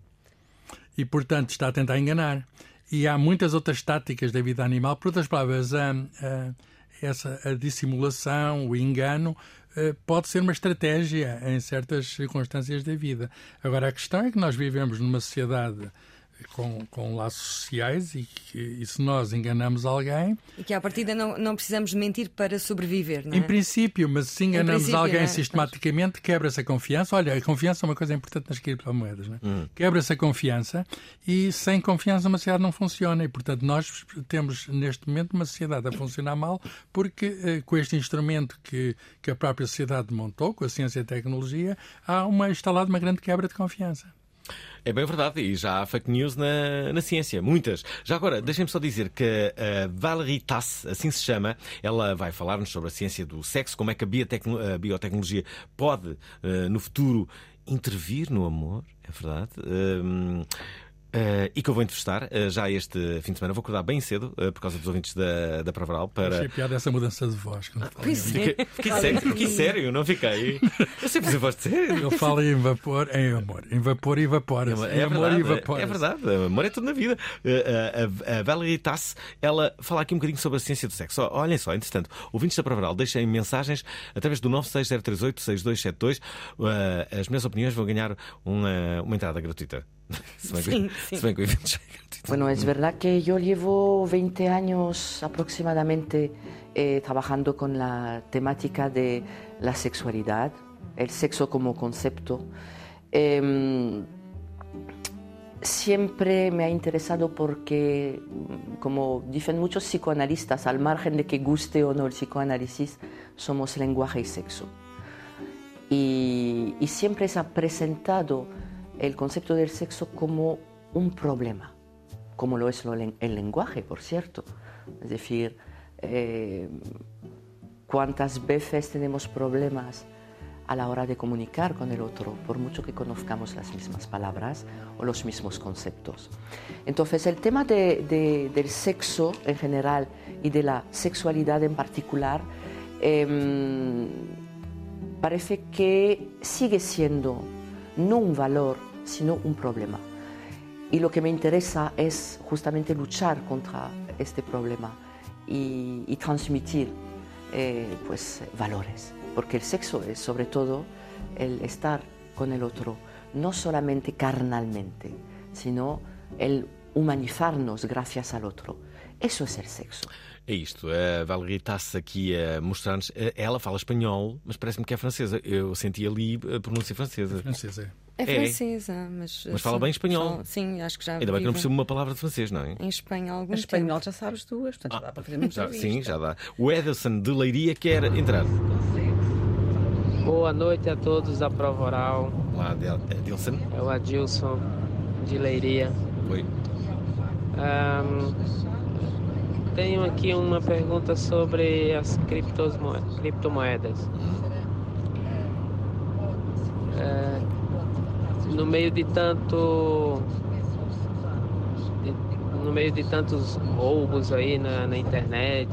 E, portanto, está a tentar enganar. E há muitas outras táticas da vida animal. Por outras palavras, a, a, essa, a dissimulação, o engano, eh, pode ser uma estratégia em certas circunstâncias da vida. Agora, a questão é que nós vivemos numa sociedade com, com laços sociais e, que, e se nós enganamos alguém... E que à partida não, não precisamos mentir para sobreviver, não é? Em princípio, mas se enganamos alguém é? sistematicamente, quebra-se a confiança. Olha, a confiança é uma coisa importante nas criptomoedas, não é? Hum. Quebra-se a confiança e sem confiança uma sociedade não funciona. E, portanto, nós temos neste momento uma sociedade a funcionar mal porque eh, com este instrumento que, que a própria sociedade montou, com a ciência e a tecnologia, há uma, instalada uma grande quebra de confiança. É bem verdade, e já há fake news na, na ciência, muitas. Já agora, deixem-me só dizer que a Valérie Tass, assim se chama, ela vai falar-nos sobre a ciência do sexo, como é que a, biotecno, a biotecnologia pode, uh, no futuro, intervir no amor, é verdade. Uh, Uh, e que eu vou entrevistar uh, já este fim de semana. Vou acordar bem cedo uh, por causa dos ouvintes da, da Provaral para... Achei piada essa mudança de voz. Ah, pois fiquei, fiquei, sério, fiquei sério, não fiquei. Eu sempre fiz voz de sério. Eu falo em vapor, em amor. Em vapor e evapora-se. É, é, amor verdade, e evapora-se. É verdade, amor é tudo na vida. Uh, a, a Valérie Tass, ela fala aqui um bocadinho sobre a ciência do sexo. Olhem só, entretanto, ouvintes da Provaral, deixem mensagens através do nove seis zero três oito seis dois sete dois. Uh, as minhas opiniões vão ganhar uma, uma entrada gratuita. Sí, sí. Bueno, es verdad que yo llevo veinte años aproximadamente eh, trabajando con la temática de la sexualidad, el sexo como concepto. Eh, siempre me ha interesado porque, como dicen muchos psicoanalistas, al margen de que guste o no el psicoanálisis, somos lenguaje y sexo. Y, y siempre se ha presentado el concepto del sexo como un problema, como lo es el lenguaje, por cierto. Es decir, eh, cuántas veces tenemos problemas a la hora de comunicar con el otro, por mucho que conozcamos las mismas palabras o los mismos conceptos. Entonces, el tema de, de, del sexo en general y de la sexualidad en particular eh, parece que sigue siendo no un valor, sino un problema. Y lo que me interesa es justamente luchar contra este problema y, y transmitir eh, pues, valores. Porque el sexo es sobre todo el estar con el otro, no solamente carnalmente, sino el humanizarnos gracias al otro. Eso es el sexo. É isto, a Valérie Tass aqui a mostrar-nos. Ela fala espanhol, mas parece-me que é francesa. Eu senti ali a pronúncia francesa. É francesa, é. É francesa, mas. Mas fala bem espanhol. Fala, sim, acho que já. Ainda bem que não percebo uma palavra de francês, não é? Em espanhol, algum Em espanhol já sabes duas, portanto já ah, dá para fazer muito já, Sim, já dá. O Ederson de Leiria quer entrar. Boa noite a todos da Prova Oral. Olá, Adilson. É o Adilson de Leiria. Oi. Um, Tenho aqui uma pergunta sobre as criptomoedas. É, no meio de tanto, de, no meio de tantos roubos aí na, na internet,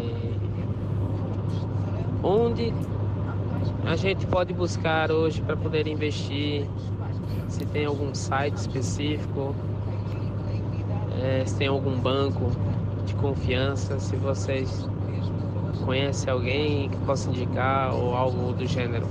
onde a gente pode buscar hoje para poder investir? Se tem algum site específico, é, se tem algum banco de confiança, se vocês conhecem alguém que possa indicar ou algo do gênero.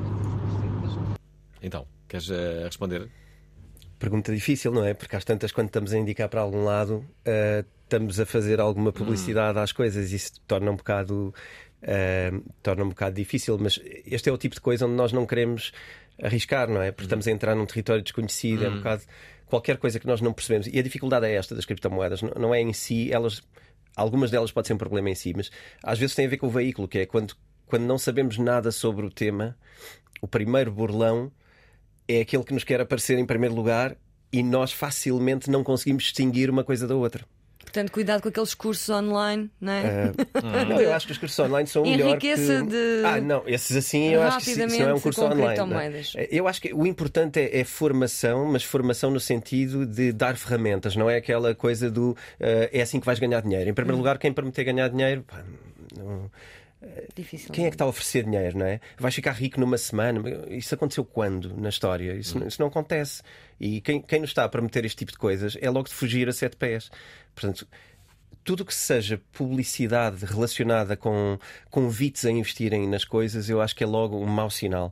Então, queres uh, responder? Pergunta difícil, não é? Porque às tantas, quando estamos a indicar para algum lado, uh, estamos a fazer alguma publicidade hum. às coisas e isso torna um bocado uh, torna um bocado difícil, mas este é o tipo de coisa onde nós não queremos arriscar, não é? Porque hum. estamos a entrar num território desconhecido, hum. é um bocado qualquer coisa que nós não percebemos. E a dificuldade é esta das criptomoedas, não é em si, elas, algumas delas podem ser um problema em si, mas às vezes tem a ver com o veículo, que é quando, quando não sabemos nada sobre o tema, o primeiro burlão é aquele que nos quer aparecer em primeiro lugar e nós facilmente não conseguimos distinguir uma coisa da outra. Portanto, cuidado com aqueles cursos online, não é? Uh, não, eu acho que os cursos online são o melhor que... de... Ah, não, esses assim eu acho que isso não é um curso online. Não. Eu acho que o importante é, é formação, mas formação no sentido de dar ferramentas, não é aquela coisa do uh, é assim que vais ganhar dinheiro. Em primeiro hum. lugar, quem prometer ganhar dinheiro... Pá, não... Difícil. Quem é que está a oferecer dinheiro, não é? Vais ficar rico numa semana? Isso aconteceu quando na história? Isso, hum. isso não acontece. E quem, quem nos está a prometer este tipo de coisas é logo de fugir a sete pés. Portanto, tudo que seja publicidade relacionada com convites a investirem nas coisas, eu acho que é logo um mau sinal.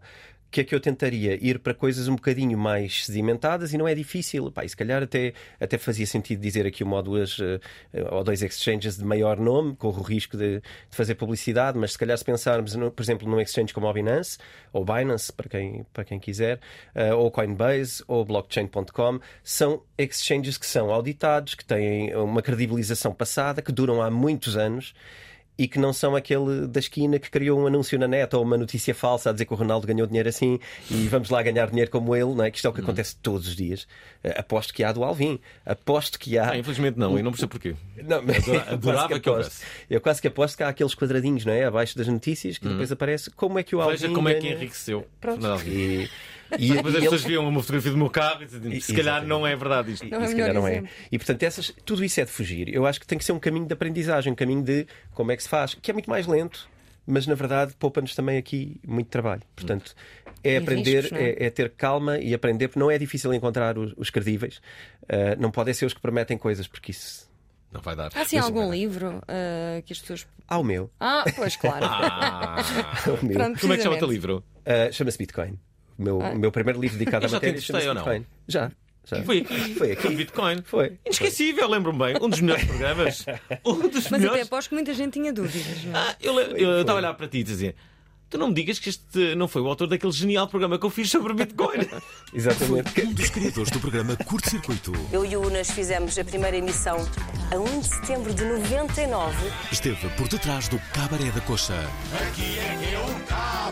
que é que eu tentaria? Ir para coisas um bocadinho mais sedimentadas, e não é difícil. Pá, e se calhar até, até fazia sentido dizer aqui uma ou duas uh, ou dois exchanges de maior nome, corro o risco de, de fazer publicidade, mas se calhar se pensarmos, no, por exemplo, num exchange como o Binance, ou Binance, para quem, para quem quiser, uh, ou Coinbase, ou blockchain ponto com, são exchanges que são auditados, que têm uma credibilização passada, que duram há muitos anos, e que não são aquele da esquina que criou um anúncio na net ou uma notícia falsa a dizer que o Ronaldo ganhou dinheiro assim e vamos lá ganhar dinheiro como ele, não é? Que isto é o que acontece todos os dias. Uh, aposto que há do Alvin, aposto que há... Ah, infelizmente não, e não percebo porquê. Não, mas Adora, adorava eu, que aposto, eu quase que aposto que há aqueles quadradinhos, não é? Abaixo das notícias que depois aparece como é que o Alvin... Veja como é que ganha... enriqueceu. Pronto. E... E depois as pessoas viam uma fotografia do meu carro e dizem, se calhar não é verdade isto. Não é, se calhar não é. E portanto, essas, tudo isso é de fugir. Eu acho que tem que ser um caminho de aprendizagem, um caminho de como é que se faz, que é muito mais lento, mas na verdade poupa-nos também aqui muito trabalho. Portanto, é e aprender, riscos, não é? É, é ter calma e aprender, porque não é difícil encontrar os, os credíveis. Uh, não podem ser os que prometem coisas, porque isso não vai dar. Há sim algum livro uh, que as pessoas... Há o meu. Ah, pois claro. Ah, o meu. Pronto, como é que chama o teu livro? Uh, chama-se Bitcoin. O meu, ah. meu primeiro livro dedicado à matéria chama-se Bitcoin. Já. Já. Foi aqui. Foi aqui. Bitcoin. Foi. Inesquecível, lembro-me bem. Um dos melhores programas. Um dos Mas melhores... até aposto que muita gente tinha dúvidas. Não é? Ah, eu, eu, eu estava a olhar para ti e dizer... Tu não me digas que este não foi o autor daquele genial programa que eu fiz sobre Bitcoin. Exatamente. Foi um dos criadores do programa Curto Circuito. Eu e o Unas fizemos a primeira emissão a um de setembro de noventa e nove. Esteve por detrás do Cabaré da Coxa. Aqui é que é o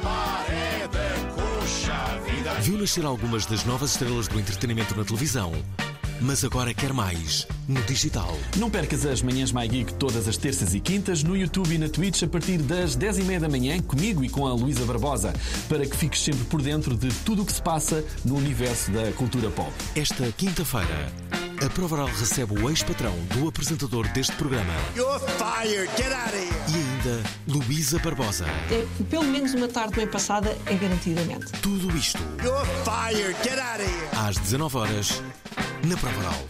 Cabaré da Coxa. Vida. Viu nascer algumas das novas estrelas do entretenimento na televisão, mas agora quer mais no digital. Não percas as Manhãs MyGeek todas as terças e quintas no YouTube e na Twitch a partir das dez e meia da manhã, comigo e com a Luísa Barbosa, para que fiques sempre por dentro de tudo o que se passa no universo da cultura pop. Esta quinta-feira, a Provaral recebe o ex-patrão do apresentador deste programa. You're fired. Get out of here. E ainda Luísa Barbosa. É, pelo menos uma tarde bem passada é garantidamente. Tudo isto. You're fired. Get out of here. Às dezanove horas, na Provaral.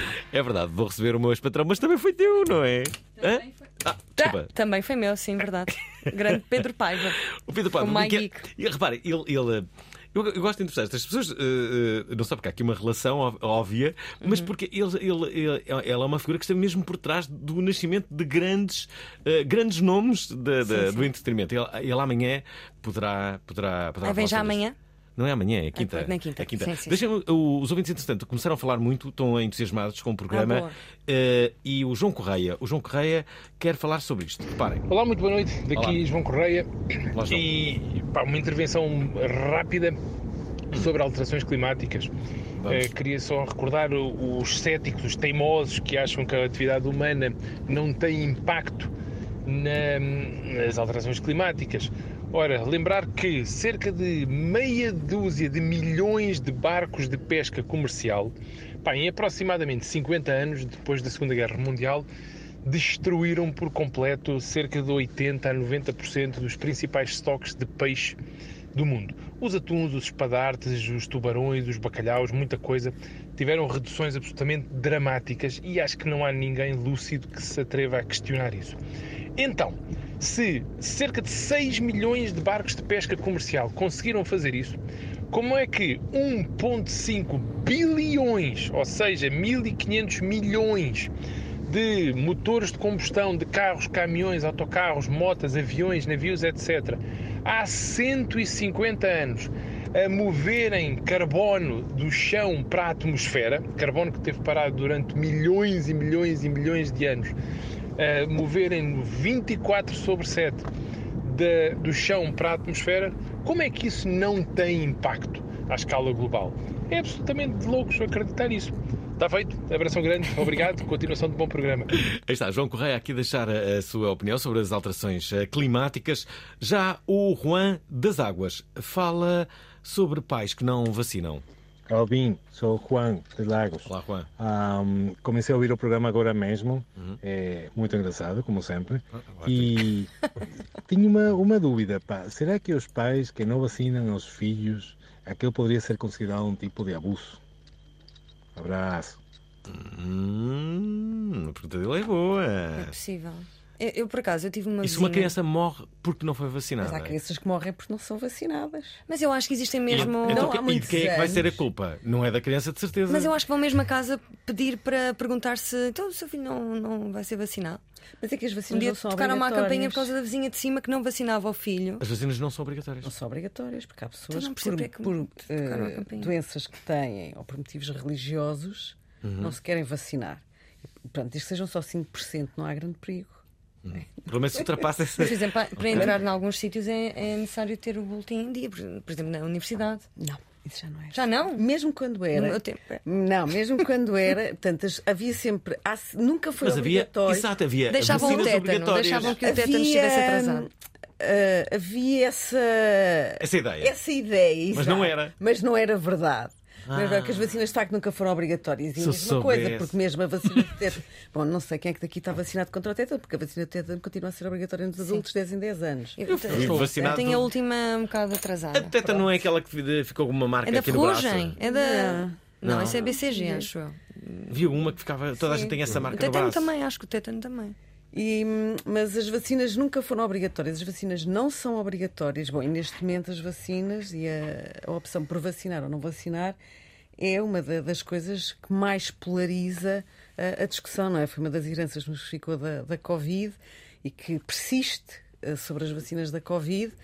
É verdade, vou receber o meu ex-patrão, mas também foi teu, não é? Também foi. Ah, tá, também foi meu, sim, verdade. Grande Pedro Paiva. O Pedro Paiva. O My que... Geek. E repare, ele... ele... Eu, eu gosto de entrevistar estas pessoas, uh, uh, não só porque há aqui uma relação óbvia, mas uhum. porque ele, ele, ele, ela é uma figura que está mesmo por trás do nascimento de grandes, uh, grandes nomes de, de, sim, sim. do entretenimento. Ele, ele amanhã poderá. poderá, poderá ah, vem já amanhã? Não é amanhã, é quinta. É, quinta. É quinta. Sim, sim, Deixa-me, os ouvintes, entretanto, começaram a falar muito, estão entusiasmados com o programa. Ah, uh, e o João Correia, o João Correia quer falar sobre isto. Reparem. Olá, muito boa noite. Daqui Olá. João Correia. Olá, João. E pá, uma intervenção rápida sobre alterações climáticas. Uh, queria só recordar os céticos, os teimosos que acham que a atividade humana não tem impacto na, nas alterações climáticas. Ora, lembrar que cerca de meia dúzia de milhões de barcos de pesca comercial, pá, em aproximadamente cinquenta anos, depois da Segunda Guerra Mundial, destruíram por completo cerca de oitenta a noventa por cento dos principais estoques de peixe do mundo. Os atuns, os espadartes, os tubarões, os bacalhaus, muita coisa, tiveram reduções absolutamente dramáticas e acho que não há ninguém lúcido que se atreva a questionar isso. Então, se cerca de seis milhões de barcos de pesca comercial conseguiram fazer isso, como é que um vírgula cinco bilhões, ou seja, mil e quinhentos milhões de motores de combustão, de carros, caminhões, autocarros, motas, aviões, navios, etcétera, há cento e cinquenta anos a moverem carbono do chão para a atmosfera, carbono que teve parado durante milhões e milhões e milhões de anos, a moverem vinte e quatro sobre sete de, do chão para a atmosfera, como é que isso não tem impacto à escala global? É absolutamente de loucos acreditar nisso. Está feito. Abração grande. Obrigado. Continuação de bom programa. Aí está, João Correia aqui a deixar a, a sua opinião sobre as alterações climáticas. Já o Juan das Águas fala sobre pais que não vacinam. Alvin, sou Juan de Lagos. Olá, Juan. Um, comecei a ouvir o programa agora mesmo. Uhum. É muito engraçado, como sempre. Ah, e tenho uma, uma dúvida, pá. Será que os pais que não vacinam os filhos, aquilo poderia ser considerado um tipo de abuso? Abraço. Hum, a pergunta dele é boa. É possível. Eu, eu, por acaso, eu tive uma E se vizinha... uma criança morre porque não foi vacinada? Mas há crianças que morrem porque não são vacinadas. Mas eu acho que existem mesmo... E, então, não, há e muitos quem é que vai ser a anos. culpa? Não é da criança, de certeza. Mas eu acho que vão mesmo a casa pedir para perguntar se então o seu filho não, não vai ser vacinado. Mas é que as Um vacinas dia não são tocaram uma obrigatórias. campainha por causa da vizinha de cima que não vacinava o filho. As vacinas não são obrigatórias. Não são obrigatórias, porque há pessoas Então não que percebo por, porque é que por, tocaram a eh, campainha. doenças que têm ou por motivos religiosos Uhum. não se querem vacinar. Portanto, desde que sejam só cinco por cento, não há grande perigo. Pelo menos se ultrapassa essa... Mas, por exemplo, para entrar em alguns sítios é, é necessário ter o boletim em dia. Por, por exemplo, na universidade. Não, isso já não é. Já não? Mesmo quando era. No meu tempo. é. Não, mesmo quando era. Portanto, as- havia sempre. há- nunca foi Mas havia, obrigatório. exato, havia Deixavam o vacinas tétano, obrigatórias. deixavam que o tétano estivesse atrasado. ah, havia essa. Essa ideia. Essa ideia, Mas exato. não era. Mas não era verdade. Não é Ah. verdade que as vacinas de facto nunca foram obrigatórias. E Se a eu mesma coisa, soubesse. porque mesmo a vacina de tétano. Bom, não sei quem é que daqui está vacinado contra o tétano, porque a vacina de tétano continua a ser obrigatória nos adultos de dez em dez anos. Eu, fui vacinado. eu tenho a última um bocado atrasada. A teta não é aquela que ficou com uma marca É da aqui no braço? ferrugem. É da... Não, Não. isso é B C G, acho eu. Viu uma que ficava. Toda a Sim. gente tem essa O marca no tétano braço. também, acho que o tétano também. E, mas as vacinas nunca foram obrigatórias. As vacinas não são obrigatórias. Bom, e neste momento as vacinas e a, a opção por vacinar ou não vacinar é uma da- das coisas que mais polariza a, a discussão, não é? Foi uma das heranças que nos ficou da, da Covid e que persiste eh, sobre as vacinas da Covid.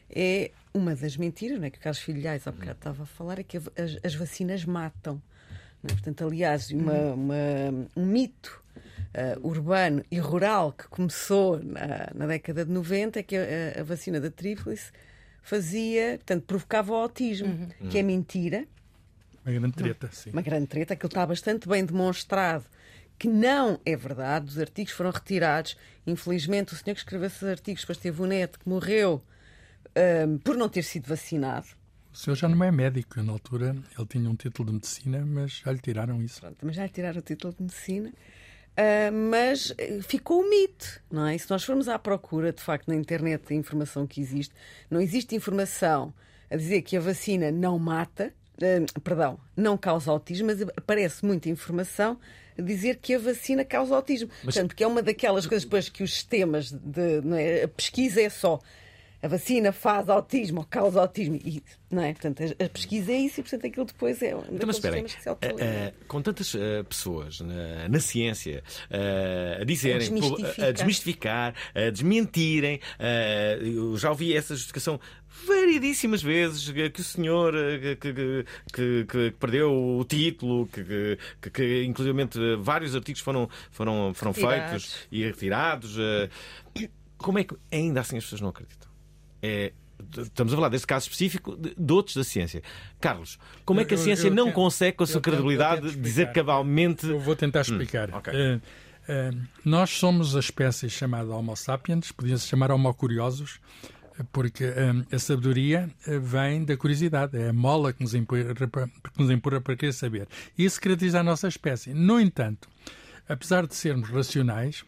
É uma das mentiras, não é? Que o Carlos Filhais há bocado estava a falar, é que as, as vacinas matam. Não é? Portanto, aliás, uma, uma- um mito uh, urbano e rural que começou na, na década de noventa é que a, a vacina da tríplice fazia, portanto, provocava o autismo, que é mentira. Uma grande treta, sim. Uma grande treta, aquilo está bastante bem demonstrado que não é verdade. Os artigos foram retirados. Infelizmente, o senhor que escreveu esses artigos depois teve um neto que morreu um, por não ter sido vacinado. O senhor já não é médico. Na altura, ele tinha um título de medicina, mas já lhe tiraram isso. Pronto, mas já lhe tiraram o título de medicina. Uh, mas uh, ficou o mito, não é? E se nós formos à procura, de facto, na internet, da informação que existe, não existe informação a dizer que a vacina não mata, uh, perdão, não causa autismo, mas aparece muita informação a dizer que a vacina causa autismo. Mas... Portanto, porque é uma daquelas coisas depois que os sistemas de, não é? A pesquisa é só a vacina faz autismo ou causa autismo. E, não é? Portanto, a, a pesquisa é isso e, portanto, aquilo depois é um Então, mas esperem, sistemas que se uh, autoalimentam. uh, com tantas uh, pessoas na, na ciência uh, a dizerem, A desmistificar. a desmistificar, a desmentirem, uh, eu já ouvi essa justificação variedíssimas vezes que o senhor uh, que, que, que, que perdeu o título, que, que, que inclusivamente vários artigos foram, foram, foram feitos e retirados. Uh, como é que ainda assim as pessoas não acreditam? É, estamos a falar deste caso específico de, de outros da ciência. Carlos, como é que a Eu- eu- ciência eu não tento- consegue, com a eu sua tento- eu credibilidade, tento dizer explicar. cabalmente. Eu vou tentar explicar. Hum, ok. Eh, eh, nós somos a espécie chamada Homo sapiens, podia-se chamar Homo curiosos, eh, porque eh, a sabedoria eh, vem da curiosidade, é a mola que nos empurra para, que nos empurra para querer saber. E isso caracteriza a nossa espécie. No entanto, apesar de sermos racionais,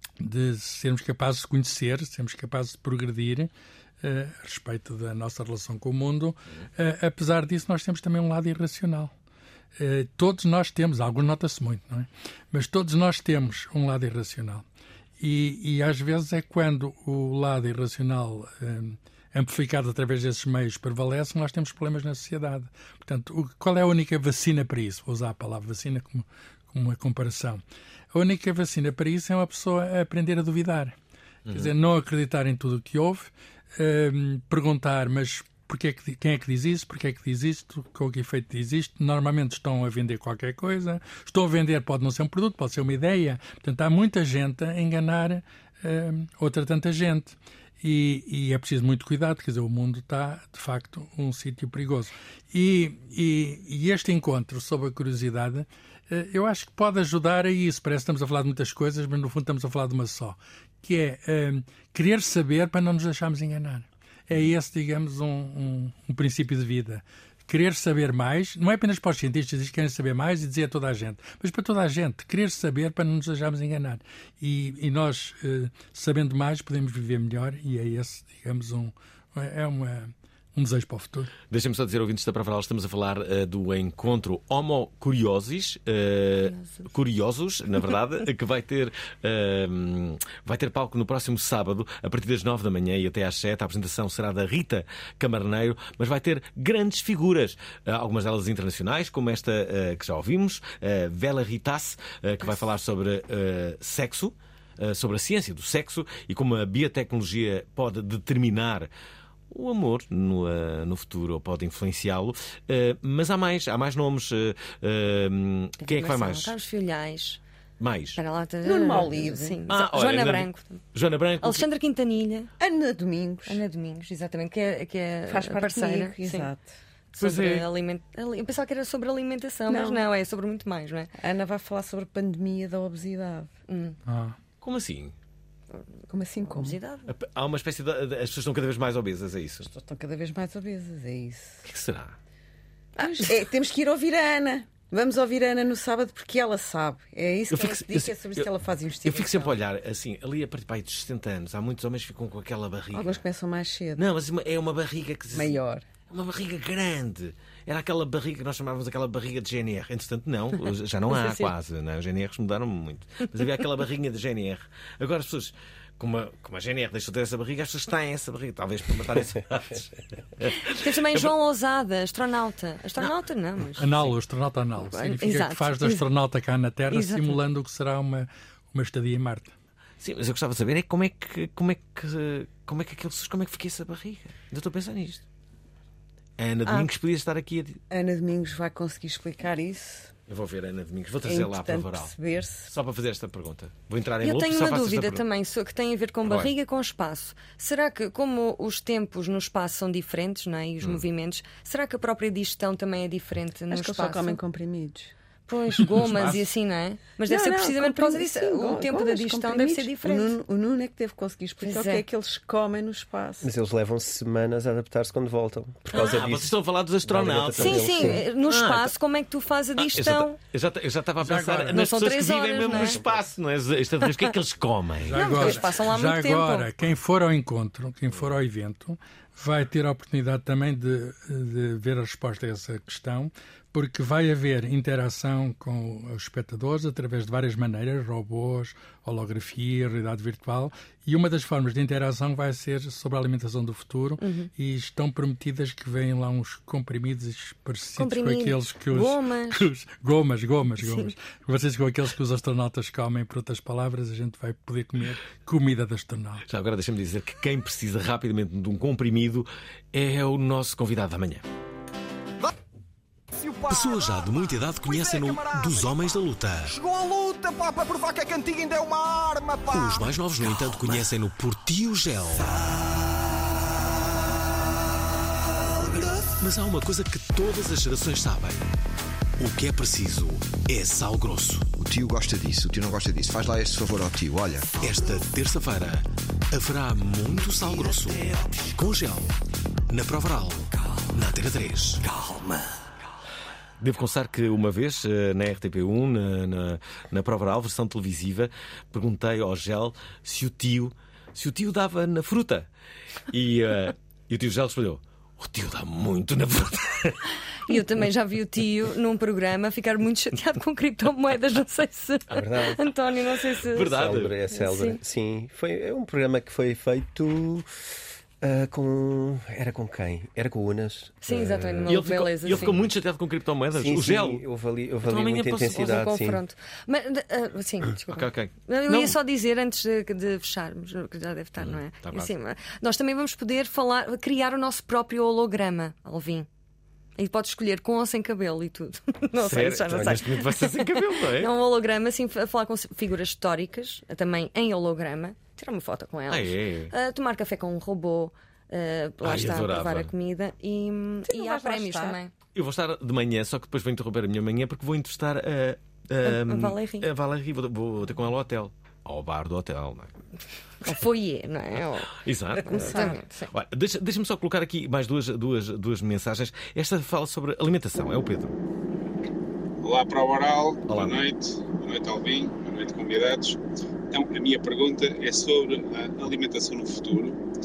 de sermos capazes de conhecer, sermos capazes de progredir, Uh, a respeito da nossa relação com o mundo, uh, apesar disso nós temos também um lado irracional. Uh, todos nós temos, alguns nota-se muito, não é? Mas todos nós temos um lado irracional. E, e às vezes é quando o lado irracional um, amplificado através desses meios prevalece, nós temos problemas na sociedade. Portanto, o, qual é a única vacina para isso? Vou usar a palavra vacina como, como uma comparação. A única vacina para isso é uma pessoa aprender a duvidar. Uhum. Quer dizer, não acreditar em tudo o que houve, um, perguntar, mas porquê é que, quem é que diz isso? Porquê é que diz isto? Com que efeito diz isto? Normalmente estão a vender qualquer coisa. Estão a vender, pode não ser um produto, pode ser uma ideia. Portanto, há muita gente a enganar um, outra tanta gente. E, e é preciso muito cuidado, quer dizer, o mundo está, de facto, um sítio perigoso. E, e, e este encontro sobre a curiosidade, eu acho que pode ajudar a isso. Parece que estamos a falar de muitas coisas, mas no fundo estamos a falar de uma só, que é um, querer saber para não nos deixarmos enganar. É esse, digamos, um, um, um princípio de vida. Querer saber mais, não é apenas para os cientistas que querem saber mais e dizer a toda a gente, mas para toda a gente, querer saber para não nos deixarmos enganar. E, e nós, uh, sabendo mais, podemos viver melhor, e é esse, digamos, um, é uma, um desejo para o futuro. Deixem-me só dizer, ouvintes da Provaral, estamos a falar uh, do encontro Homo Curiosis, uh, Curiosos, na verdade, que vai ter, uh, vai ter palco no próximo sábado, a partir das nove da manhã e até às sete. A apresentação será da Rita Camarneiro, mas vai ter grandes figuras, uh, algumas delas internacionais, como esta uh, que já ouvimos, uh, Vela Ritas, uh, que vai falar sobre uh, sexo, uh, sobre a ciência do sexo e como a biotecnologia pode determinar o amor no, uh, no futuro, ou pode influenciá-lo. Uh, mas há mais, há mais nomes. Uh, uh, quem é que vai mais? Carlos Filhais. Mais. Lá, tá... Nuno Maulide. Sim. Ah, Joana olha, Branco. Joana Branco. Alexandra Quintanilha. Ana Domingos. Ana Domingos, exatamente, que é, que é Faz parte parceira. comigo, exato. Sobre é. aliment... Eu pensava que era sobre alimentação, não. mas não, é sobre muito mais, não é? A Ana vai falar sobre a pandemia da obesidade. Hum. Ah. Como assim? Como assim? Como? Obesidade. Há uma espécie de. As pessoas estão cada vez mais obesas, é isso? Estão cada vez mais obesas, é isso. O que, que será? Ah, é, temos que ir ouvir a Ana. Vamos ouvir a Ana no sábado porque ela sabe. É isso que eu ela fico, diz, eu, é sobre isso eu, que ela faz investigação. Eu fico sempre a olhar assim, ali a partir dos sessenta anos, há muitos homens que ficam com aquela barriga. Alguns começam mais cedo. Não, mas é uma barriga que. Maior. Uma barriga grande. Era aquela barriga que nós chamávamos aquela barriga de G N R. Entretanto, não, já não há quase. Não? Os G N Rs mudaram muito. Mas havia aquela barriguinha de G N R. Agora as pessoas, como a, como a G N R deixou de ter essa barriga, as pessoas têm essa barriga. Talvez para matar essa. Temos também João Lousada, astronauta. Astronauta não, mas. Anal, o astronauta anal. Significa Exato. que faz do astronauta cá na Terra, Exato. simulando o que será uma, uma estadia em Marte. Sim, mas eu gostava de saber é como é que como é que como é que aquele, como é que fica essa barriga. Ainda estou a pensar nisto. A Ana Domingos ah, podia estar aqui a... Ana Domingos vai conseguir explicar isso. Eu vou ver a Ana Domingos, vou trazer é lá para o Varal. Só para fazer esta pergunta. Vou entrar em Eu loop tenho e só uma faço dúvida esta também que tem a ver com barriga e com espaço. Será que, como os tempos no espaço são diferentes, não é? E os hum. movimentos, será que a própria digestão também é diferente no Acho que espaço? Eles só comem comprimidos. Pois, gomas e assim, não é? Mas deve não, ser não, precisamente por causa disso. Sim, o tempo da digestão deve ser diferente. O Nuno, o Nuno é que deve conseguir explicar pois o que é. é que eles comem no espaço. Mas eles levam semanas a adaptar-se quando voltam. Por causa ah, disso. vocês estão a falar dos astronautas. Sim, sim, sim. No espaço, ah, como é que tu fazes a digestão? Ah, eu, já, eu já estava a pensar agora, nas pessoas que vivem horas, mesmo é? no espaço, não é? O que é que eles comem? Já não, agora, eles passam lá já muito agora tempo. Quem for ao encontro, quem for ao evento, vai ter a oportunidade também de, de ver a resposta a essa questão, porque vai haver interação com os espectadores através de várias maneiras, robôs, holografia, realidade virtual, e uma das formas de interação vai ser sobre a alimentação do futuro, uhum. e estão prometidas que venham lá uns comprimidos parecidos comprimidos. com aqueles que os... Gomas. Que os gomas, gomas, gomas. Parecidos com aqueles que os astronautas comem, por outras palavras, a gente vai poder comer comida de astronauta. Já agora deixa-me dizer que quem precisa rapidamente de um comprimido é o nosso convidado da manhã. Pessoas já de muita idade conhecem-no dos Homens da Luta. Chegou a luta, pá, para provar que a cantiga ainda é uma arma, pá. Os mais novos, no entanto, conhecem-no por Tio Gel. Mas há uma coisa que todas as gerações sabem. O que é preciso é sal grosso. O tio gosta disso, o tio não gosta disso. Faz lá este favor ao tio, olha. Esta terça-feira haverá muito sal grosso. Com gel. Na Provaral. Na Antena três. Calma. Devo confessar que uma vez, na R T P um, na, na, na Provaral, versão televisiva, perguntei ao Gel se o tio, se o tio dava na fruta. E, uh, e o tio Gel respondeu: o tio dá muito na fruta. E eu também já vi o tio num programa ficar muito chateado com criptomoedas. Não sei se. É verdade. António, não sei se. Verdade. Célebre, é célebre. Sim. Sim, foi é um programa que foi feito. Uh, com... Era com quem? Era com o Unas. Sim, exatamente. Uh... E ele ficou, beleza, ele ficou muito chateado com criptomoedas. Sim, o Gel. Sim, houve ali, houve ali muita intensidade. Um confronto. Mas, uh, sim, desculpa. Okay, okay. Eu não. ia só dizer, antes de, de fecharmos, que já deve estar, hum, não é? Tá assim, nós também vamos poder falar, criar o nosso próprio holograma, Alvin. E pode escolher com ou sem cabelo e tudo. Não Sério? sei, já não sei. Neste momento vai ser sem cabelo, não é? É um holograma, assim, a falar com figuras históricas, também em holograma, tirar uma foto com elas, ah, é? uh, tomar café com um robô. Uh, lá Ai, está adorava. a provar a comida e, Sim, e há prémios também. Eu vou estar de manhã, só que depois vou interromper a minha manhã porque vou entrevistar a, a, a, a Valérie. A Valérie, vou, vou ter com ela ao hotel. Ao bar do hotel, não é? Ao foyer, não é? Ao... Exato. Olha, deixa, deixa-me só colocar aqui mais duas, duas, duas mensagens. Esta fala sobre alimentação, é o Pedro. Olá para o Varal, Olá. boa noite, boa noite Alvin, boa noite convidados. Então, a minha pergunta é sobre a alimentação no futuro.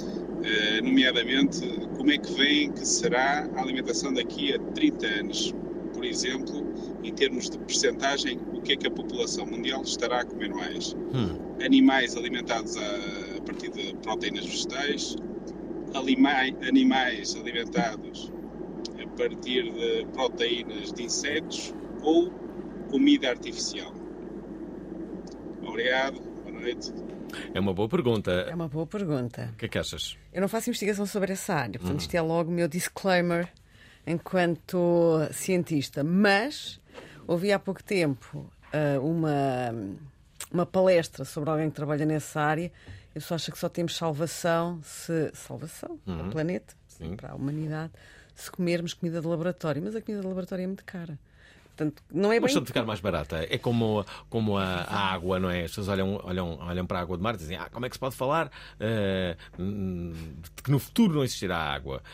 nomeadamente como é que vem que será a alimentação daqui a trinta anos, por exemplo, em termos de percentagem, o que é que a população mundial estará a comer mais? Hum. Animais alimentados a, a partir de proteínas vegetais, animais, animais alimentados a partir de proteínas de insetos ou comida artificial? Obrigado, boa noite. É uma boa pergunta. É uma boa pergunta. O que é que achas? Eu não faço investigação sobre essa área, portanto, Hum. isto é logo o meu disclaimer enquanto cientista. Mas ouvi há pouco tempo uh, uma, uma palestra sobre alguém que trabalha nessa área. Eu só acho que só temos salvação, se salvação Uhum. para o planeta, Sim. para a humanidade, se comermos comida de laboratório. Mas a comida de laboratório é muito cara. Portanto, não é Mas bem... de ficar mais barata. É como, como a, a água, não é? As pessoas olham, olham, olham para a água de mar e dizem: ah, como é que se pode falar uh, de que no futuro não existirá água?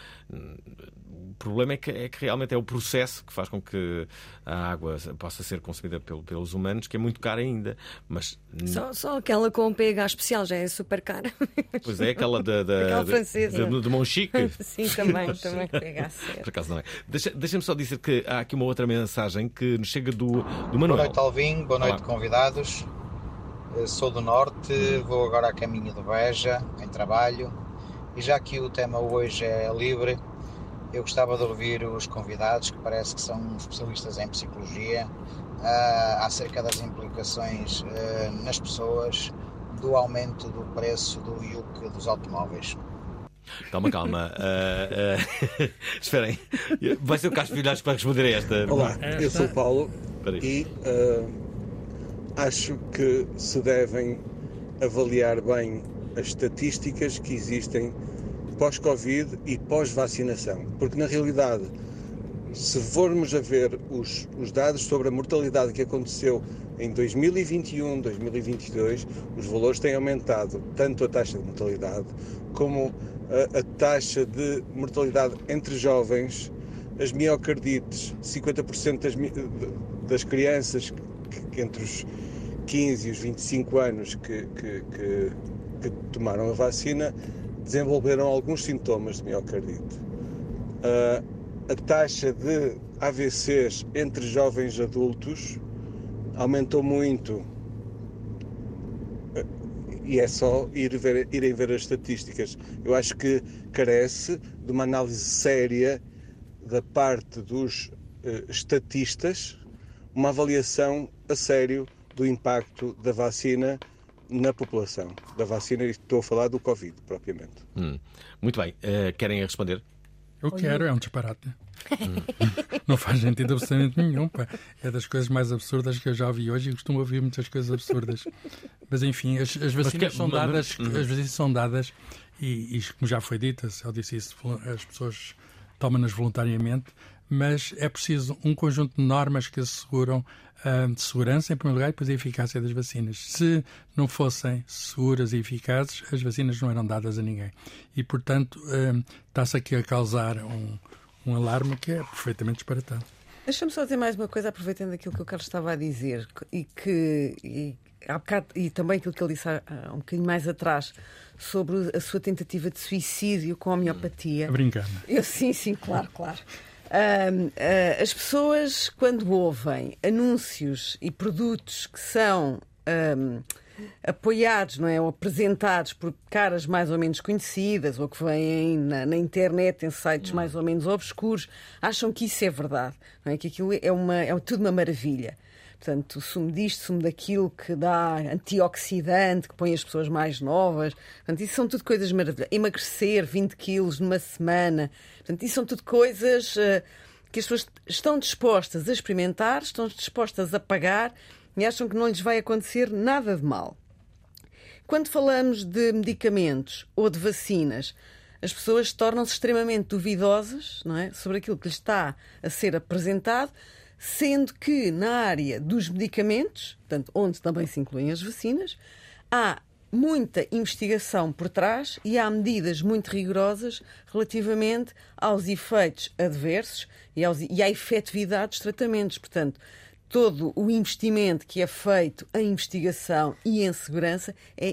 O problema é que, é que realmente é o processo que faz com que a água possa ser consumida pelo, pelos humanos, que é muito cara ainda. Mas Só, só aquela com pH especial já é super cara. pois é, aquela da, da, Aquela de, francesa. de, de Monchique. Sim, também, também pH certo. Por acaso não é. Deixa, deixa-me só dizer que há aqui uma outra mensagem que nos chega do, do Manuel. Boa noite, Alvin. Boa noite, Olá. convidados. Eu sou do Norte, vou agora a caminho de Beja, em trabalho. E já que o tema hoje é livre, eu gostava de ouvir os convidados, que parece que são especialistas em psicologia, uh, acerca das implicações uh, nas pessoas do aumento do preço do I U C dos automóveis. Calma, calma. Uh, uh, esperem. Vai ser o Carlos Filhais para responder a esta. Olá, eu sou o Paulo e uh, acho que se devem avaliar bem as estatísticas que existem pós-Covid e pós-vacinação. Porque, na realidade, se formos a ver os, os dados sobre a mortalidade que aconteceu em dois mil e vinte e um, dois mil e vinte e dois, os valores têm aumentado, tanto a taxa de mortalidade como a, a taxa de mortalidade entre jovens, as miocardites, cinquenta por cento das, das crianças que, que entre os quinze e os vinte e cinco anos que, que, que, que tomaram a vacina desenvolveram alguns sintomas de miocardite. Uh, a taxa de A V Cs entre jovens adultos aumentou muito. E é só ir ver, irem ver as estatísticas. Eu acho que carece de uma análise séria da parte dos uh, estatistas, uma avaliação a sério do impacto da vacina na população. Da vacina, estou a falar do Covid, propriamente. Hum. Muito bem. Uh, querem responder? Eu quero, é um disparate. Hum. Não faz sentido absolutamente nenhum. Pá. É das coisas mais absurdas que eu já ouvi hoje e costumo ouvir muitas coisas absurdas. Mas enfim, as, as vacinas que... são dadas, Hum. as vacinas são dadas e, e como já foi dito, eu disse isso, as pessoas tomam-nas voluntariamente, mas é preciso um conjunto de normas que asseguram uh, de segurança, em primeiro lugar, e depois a eficácia das vacinas. Se não fossem seguras e eficazes, as vacinas não eram dadas a ninguém. E, portanto, uh, está-se aqui a causar um, um alarme que é perfeitamente disparatado. Deixa-me só dizer mais uma coisa, aproveitando aquilo que o Carlos estava a dizer, e que e, há bocado, e também aquilo que ele disse há, há um bocadinho mais atrás, sobre a sua tentativa de suicídio com a homeopatia. A brincar. Eu, sim, sim, claro, claro. Um, uh, as pessoas, quando ouvem anúncios e produtos que são um, apoiados, não é, ou apresentados por caras mais ou menos conhecidas, ou que vêm na, na internet em sites mais ou menos obscuros, acham que isso é verdade, não é? Que aquilo é, uma, é tudo uma maravilha. Portanto, sumo disto, sumo daquilo, que dá antioxidante, que põe as pessoas mais novas. Portanto, isso são tudo coisas maravilhosas. Emagrecer vinte quilos numa semana. Portanto, isso são tudo coisas uh, que as pessoas estão dispostas a experimentar, estão dispostas a pagar e acham que não lhes vai acontecer nada de mal. Quando falamos de medicamentos ou de vacinas, as pessoas tornam-se extremamente duvidosas, não é, sobre aquilo que lhes está a ser apresentado, sendo que na área dos medicamentos, portanto, onde também se incluem as vacinas, há muita investigação por trás e há medidas muito rigorosas relativamente aos efeitos adversos e, aos, e à efetividade dos tratamentos. Portanto, todo o investimento que é feito em investigação e em segurança é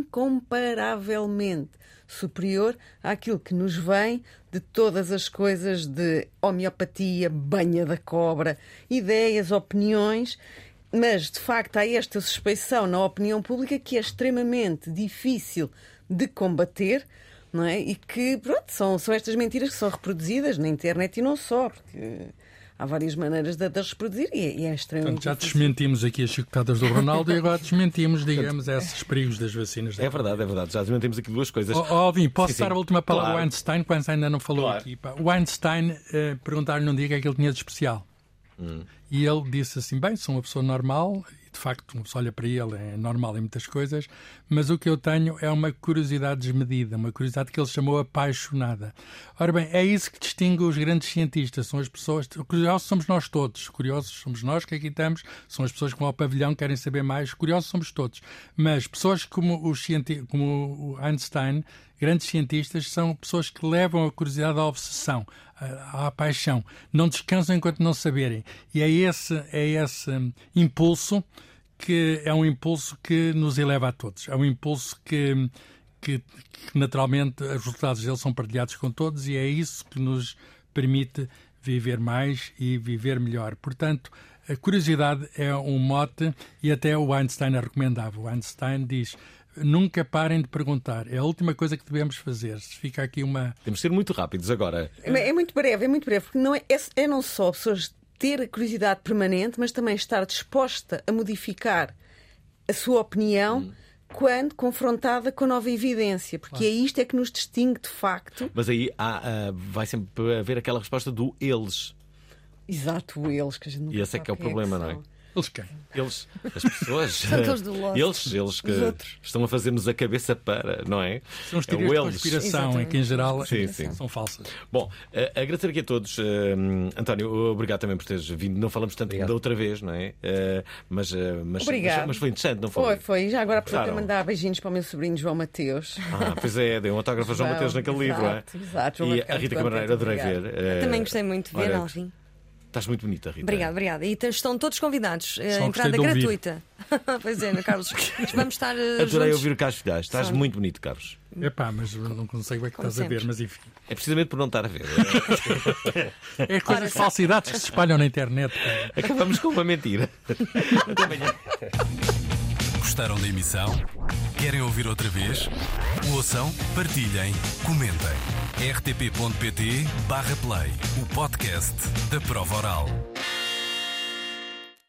incomparavelmente superior àquilo que nos vem de todas as coisas de homeopatia, banha da cobra, ideias, opiniões, mas de facto há esta suspeição na opinião pública que é extremamente difícil de combater, não é? E que, pronto, são, são estas mentiras que são reproduzidas na internet e não só, porque há várias maneiras de, de as reproduzir e é, e é extremamente Portanto, já difícil. desmentimos aqui as chicotadas do Ronaldo e agora desmentimos, digamos, esses perigos das vacinas. É verdade, é verdade. Já desmentimos aqui duas coisas. Oh, Alvin, posso sim, dar sim. a última palavra Claro. ao Einstein, que o Einstein ainda não falou Claro. aqui. Pá. O Einstein eh, perguntaram-lhe um dia o que é que ele tinha de especial. Hum. E ele disse assim, bem, sou uma pessoa normal, e de facto, uma pessoa olha para ele, é normal em muitas coisas, mas o que eu tenho é uma curiosidade desmedida, uma curiosidade que ele chamou apaixonada. Ora bem, é isso que distingue os grandes cientistas, são as pessoas, curiosos somos nós todos, curiosos somos nós que aqui estamos, são as pessoas que vão ao pavilhão, querem saber mais, curiosos somos todos, mas pessoas como, os cienti- como o Einstein, grandes cientistas, são pessoas que levam a curiosidade à obsessão, à, à paixão. Não descansam enquanto não saberem. E é esse, é esse impulso que é um impulso que nos eleva a todos. É um impulso que, que, que naturalmente, os resultados dele são partilhados com todos e é isso que nos permite viver mais e viver melhor. Portanto, a curiosidade é um mote e até o Einstein a recomendava. O Einstein diz: nunca parem de perguntar. É a última coisa que devemos fazer. Se fica aqui uma... Temos de ser muito rápidos agora. É, é muito breve, é muito breve, porque não é, é, é não só pessoas ter a curiosidade permanente, mas também estar disposta a modificar a sua opinião hum. quando confrontada com nova evidência, porque claro. é isto é que nos distingue de facto. Mas aí há, uh, vai sempre haver aquela resposta do eles. Exato, o eles, que a gente não E esse é que é o problema, é não é? Eles quem? Eles, as pessoas. São todos do Lost. Eles, eles que estão a fazer-nos a cabeça para, não é? São os teorias é de conspiração, em que em geral sim, sim. são falsas. Bom, uh, agradecer aqui a todos. Uh, António, obrigado também por teres vindo. Não falamos tanto obrigado. da outra vez, não é? Uh, mas, uh, mas, mas, mas foi interessante, não foi? Foi, foi. Já agora aproveito a mandar beijinhos para o meu sobrinho João Mateus. Ah, pois é, deu um autógrafo a João Mateus naquele exato, livro, é? Exato, João E Mateus, a Rita Camareira, adorei ver. Uh, também gostei muito de ver, Alvin. Estás muito bonita, Rita. Obrigada, obrigada. E estão todos convidados. Só entrada gratuita. Pois é, Carlos. Vamos estar. Uh, Adorei juntos. ouvir o Carlos Filhais. Estás Só. muito bonito, Carlos. Epá, mas não consigo é que Como estás sempre. a ver, mas enfim. É precisamente por não estar a ver. É coisas de falsidades que se espalham na internet. Cara. Acabamos com uma mentira. Até amanhã. Gostaram da emissão? Querem ouvir outra vez? Ouçam, partilhem, comentem. r t p ponto p t barra play, o podcast da Prova Oral.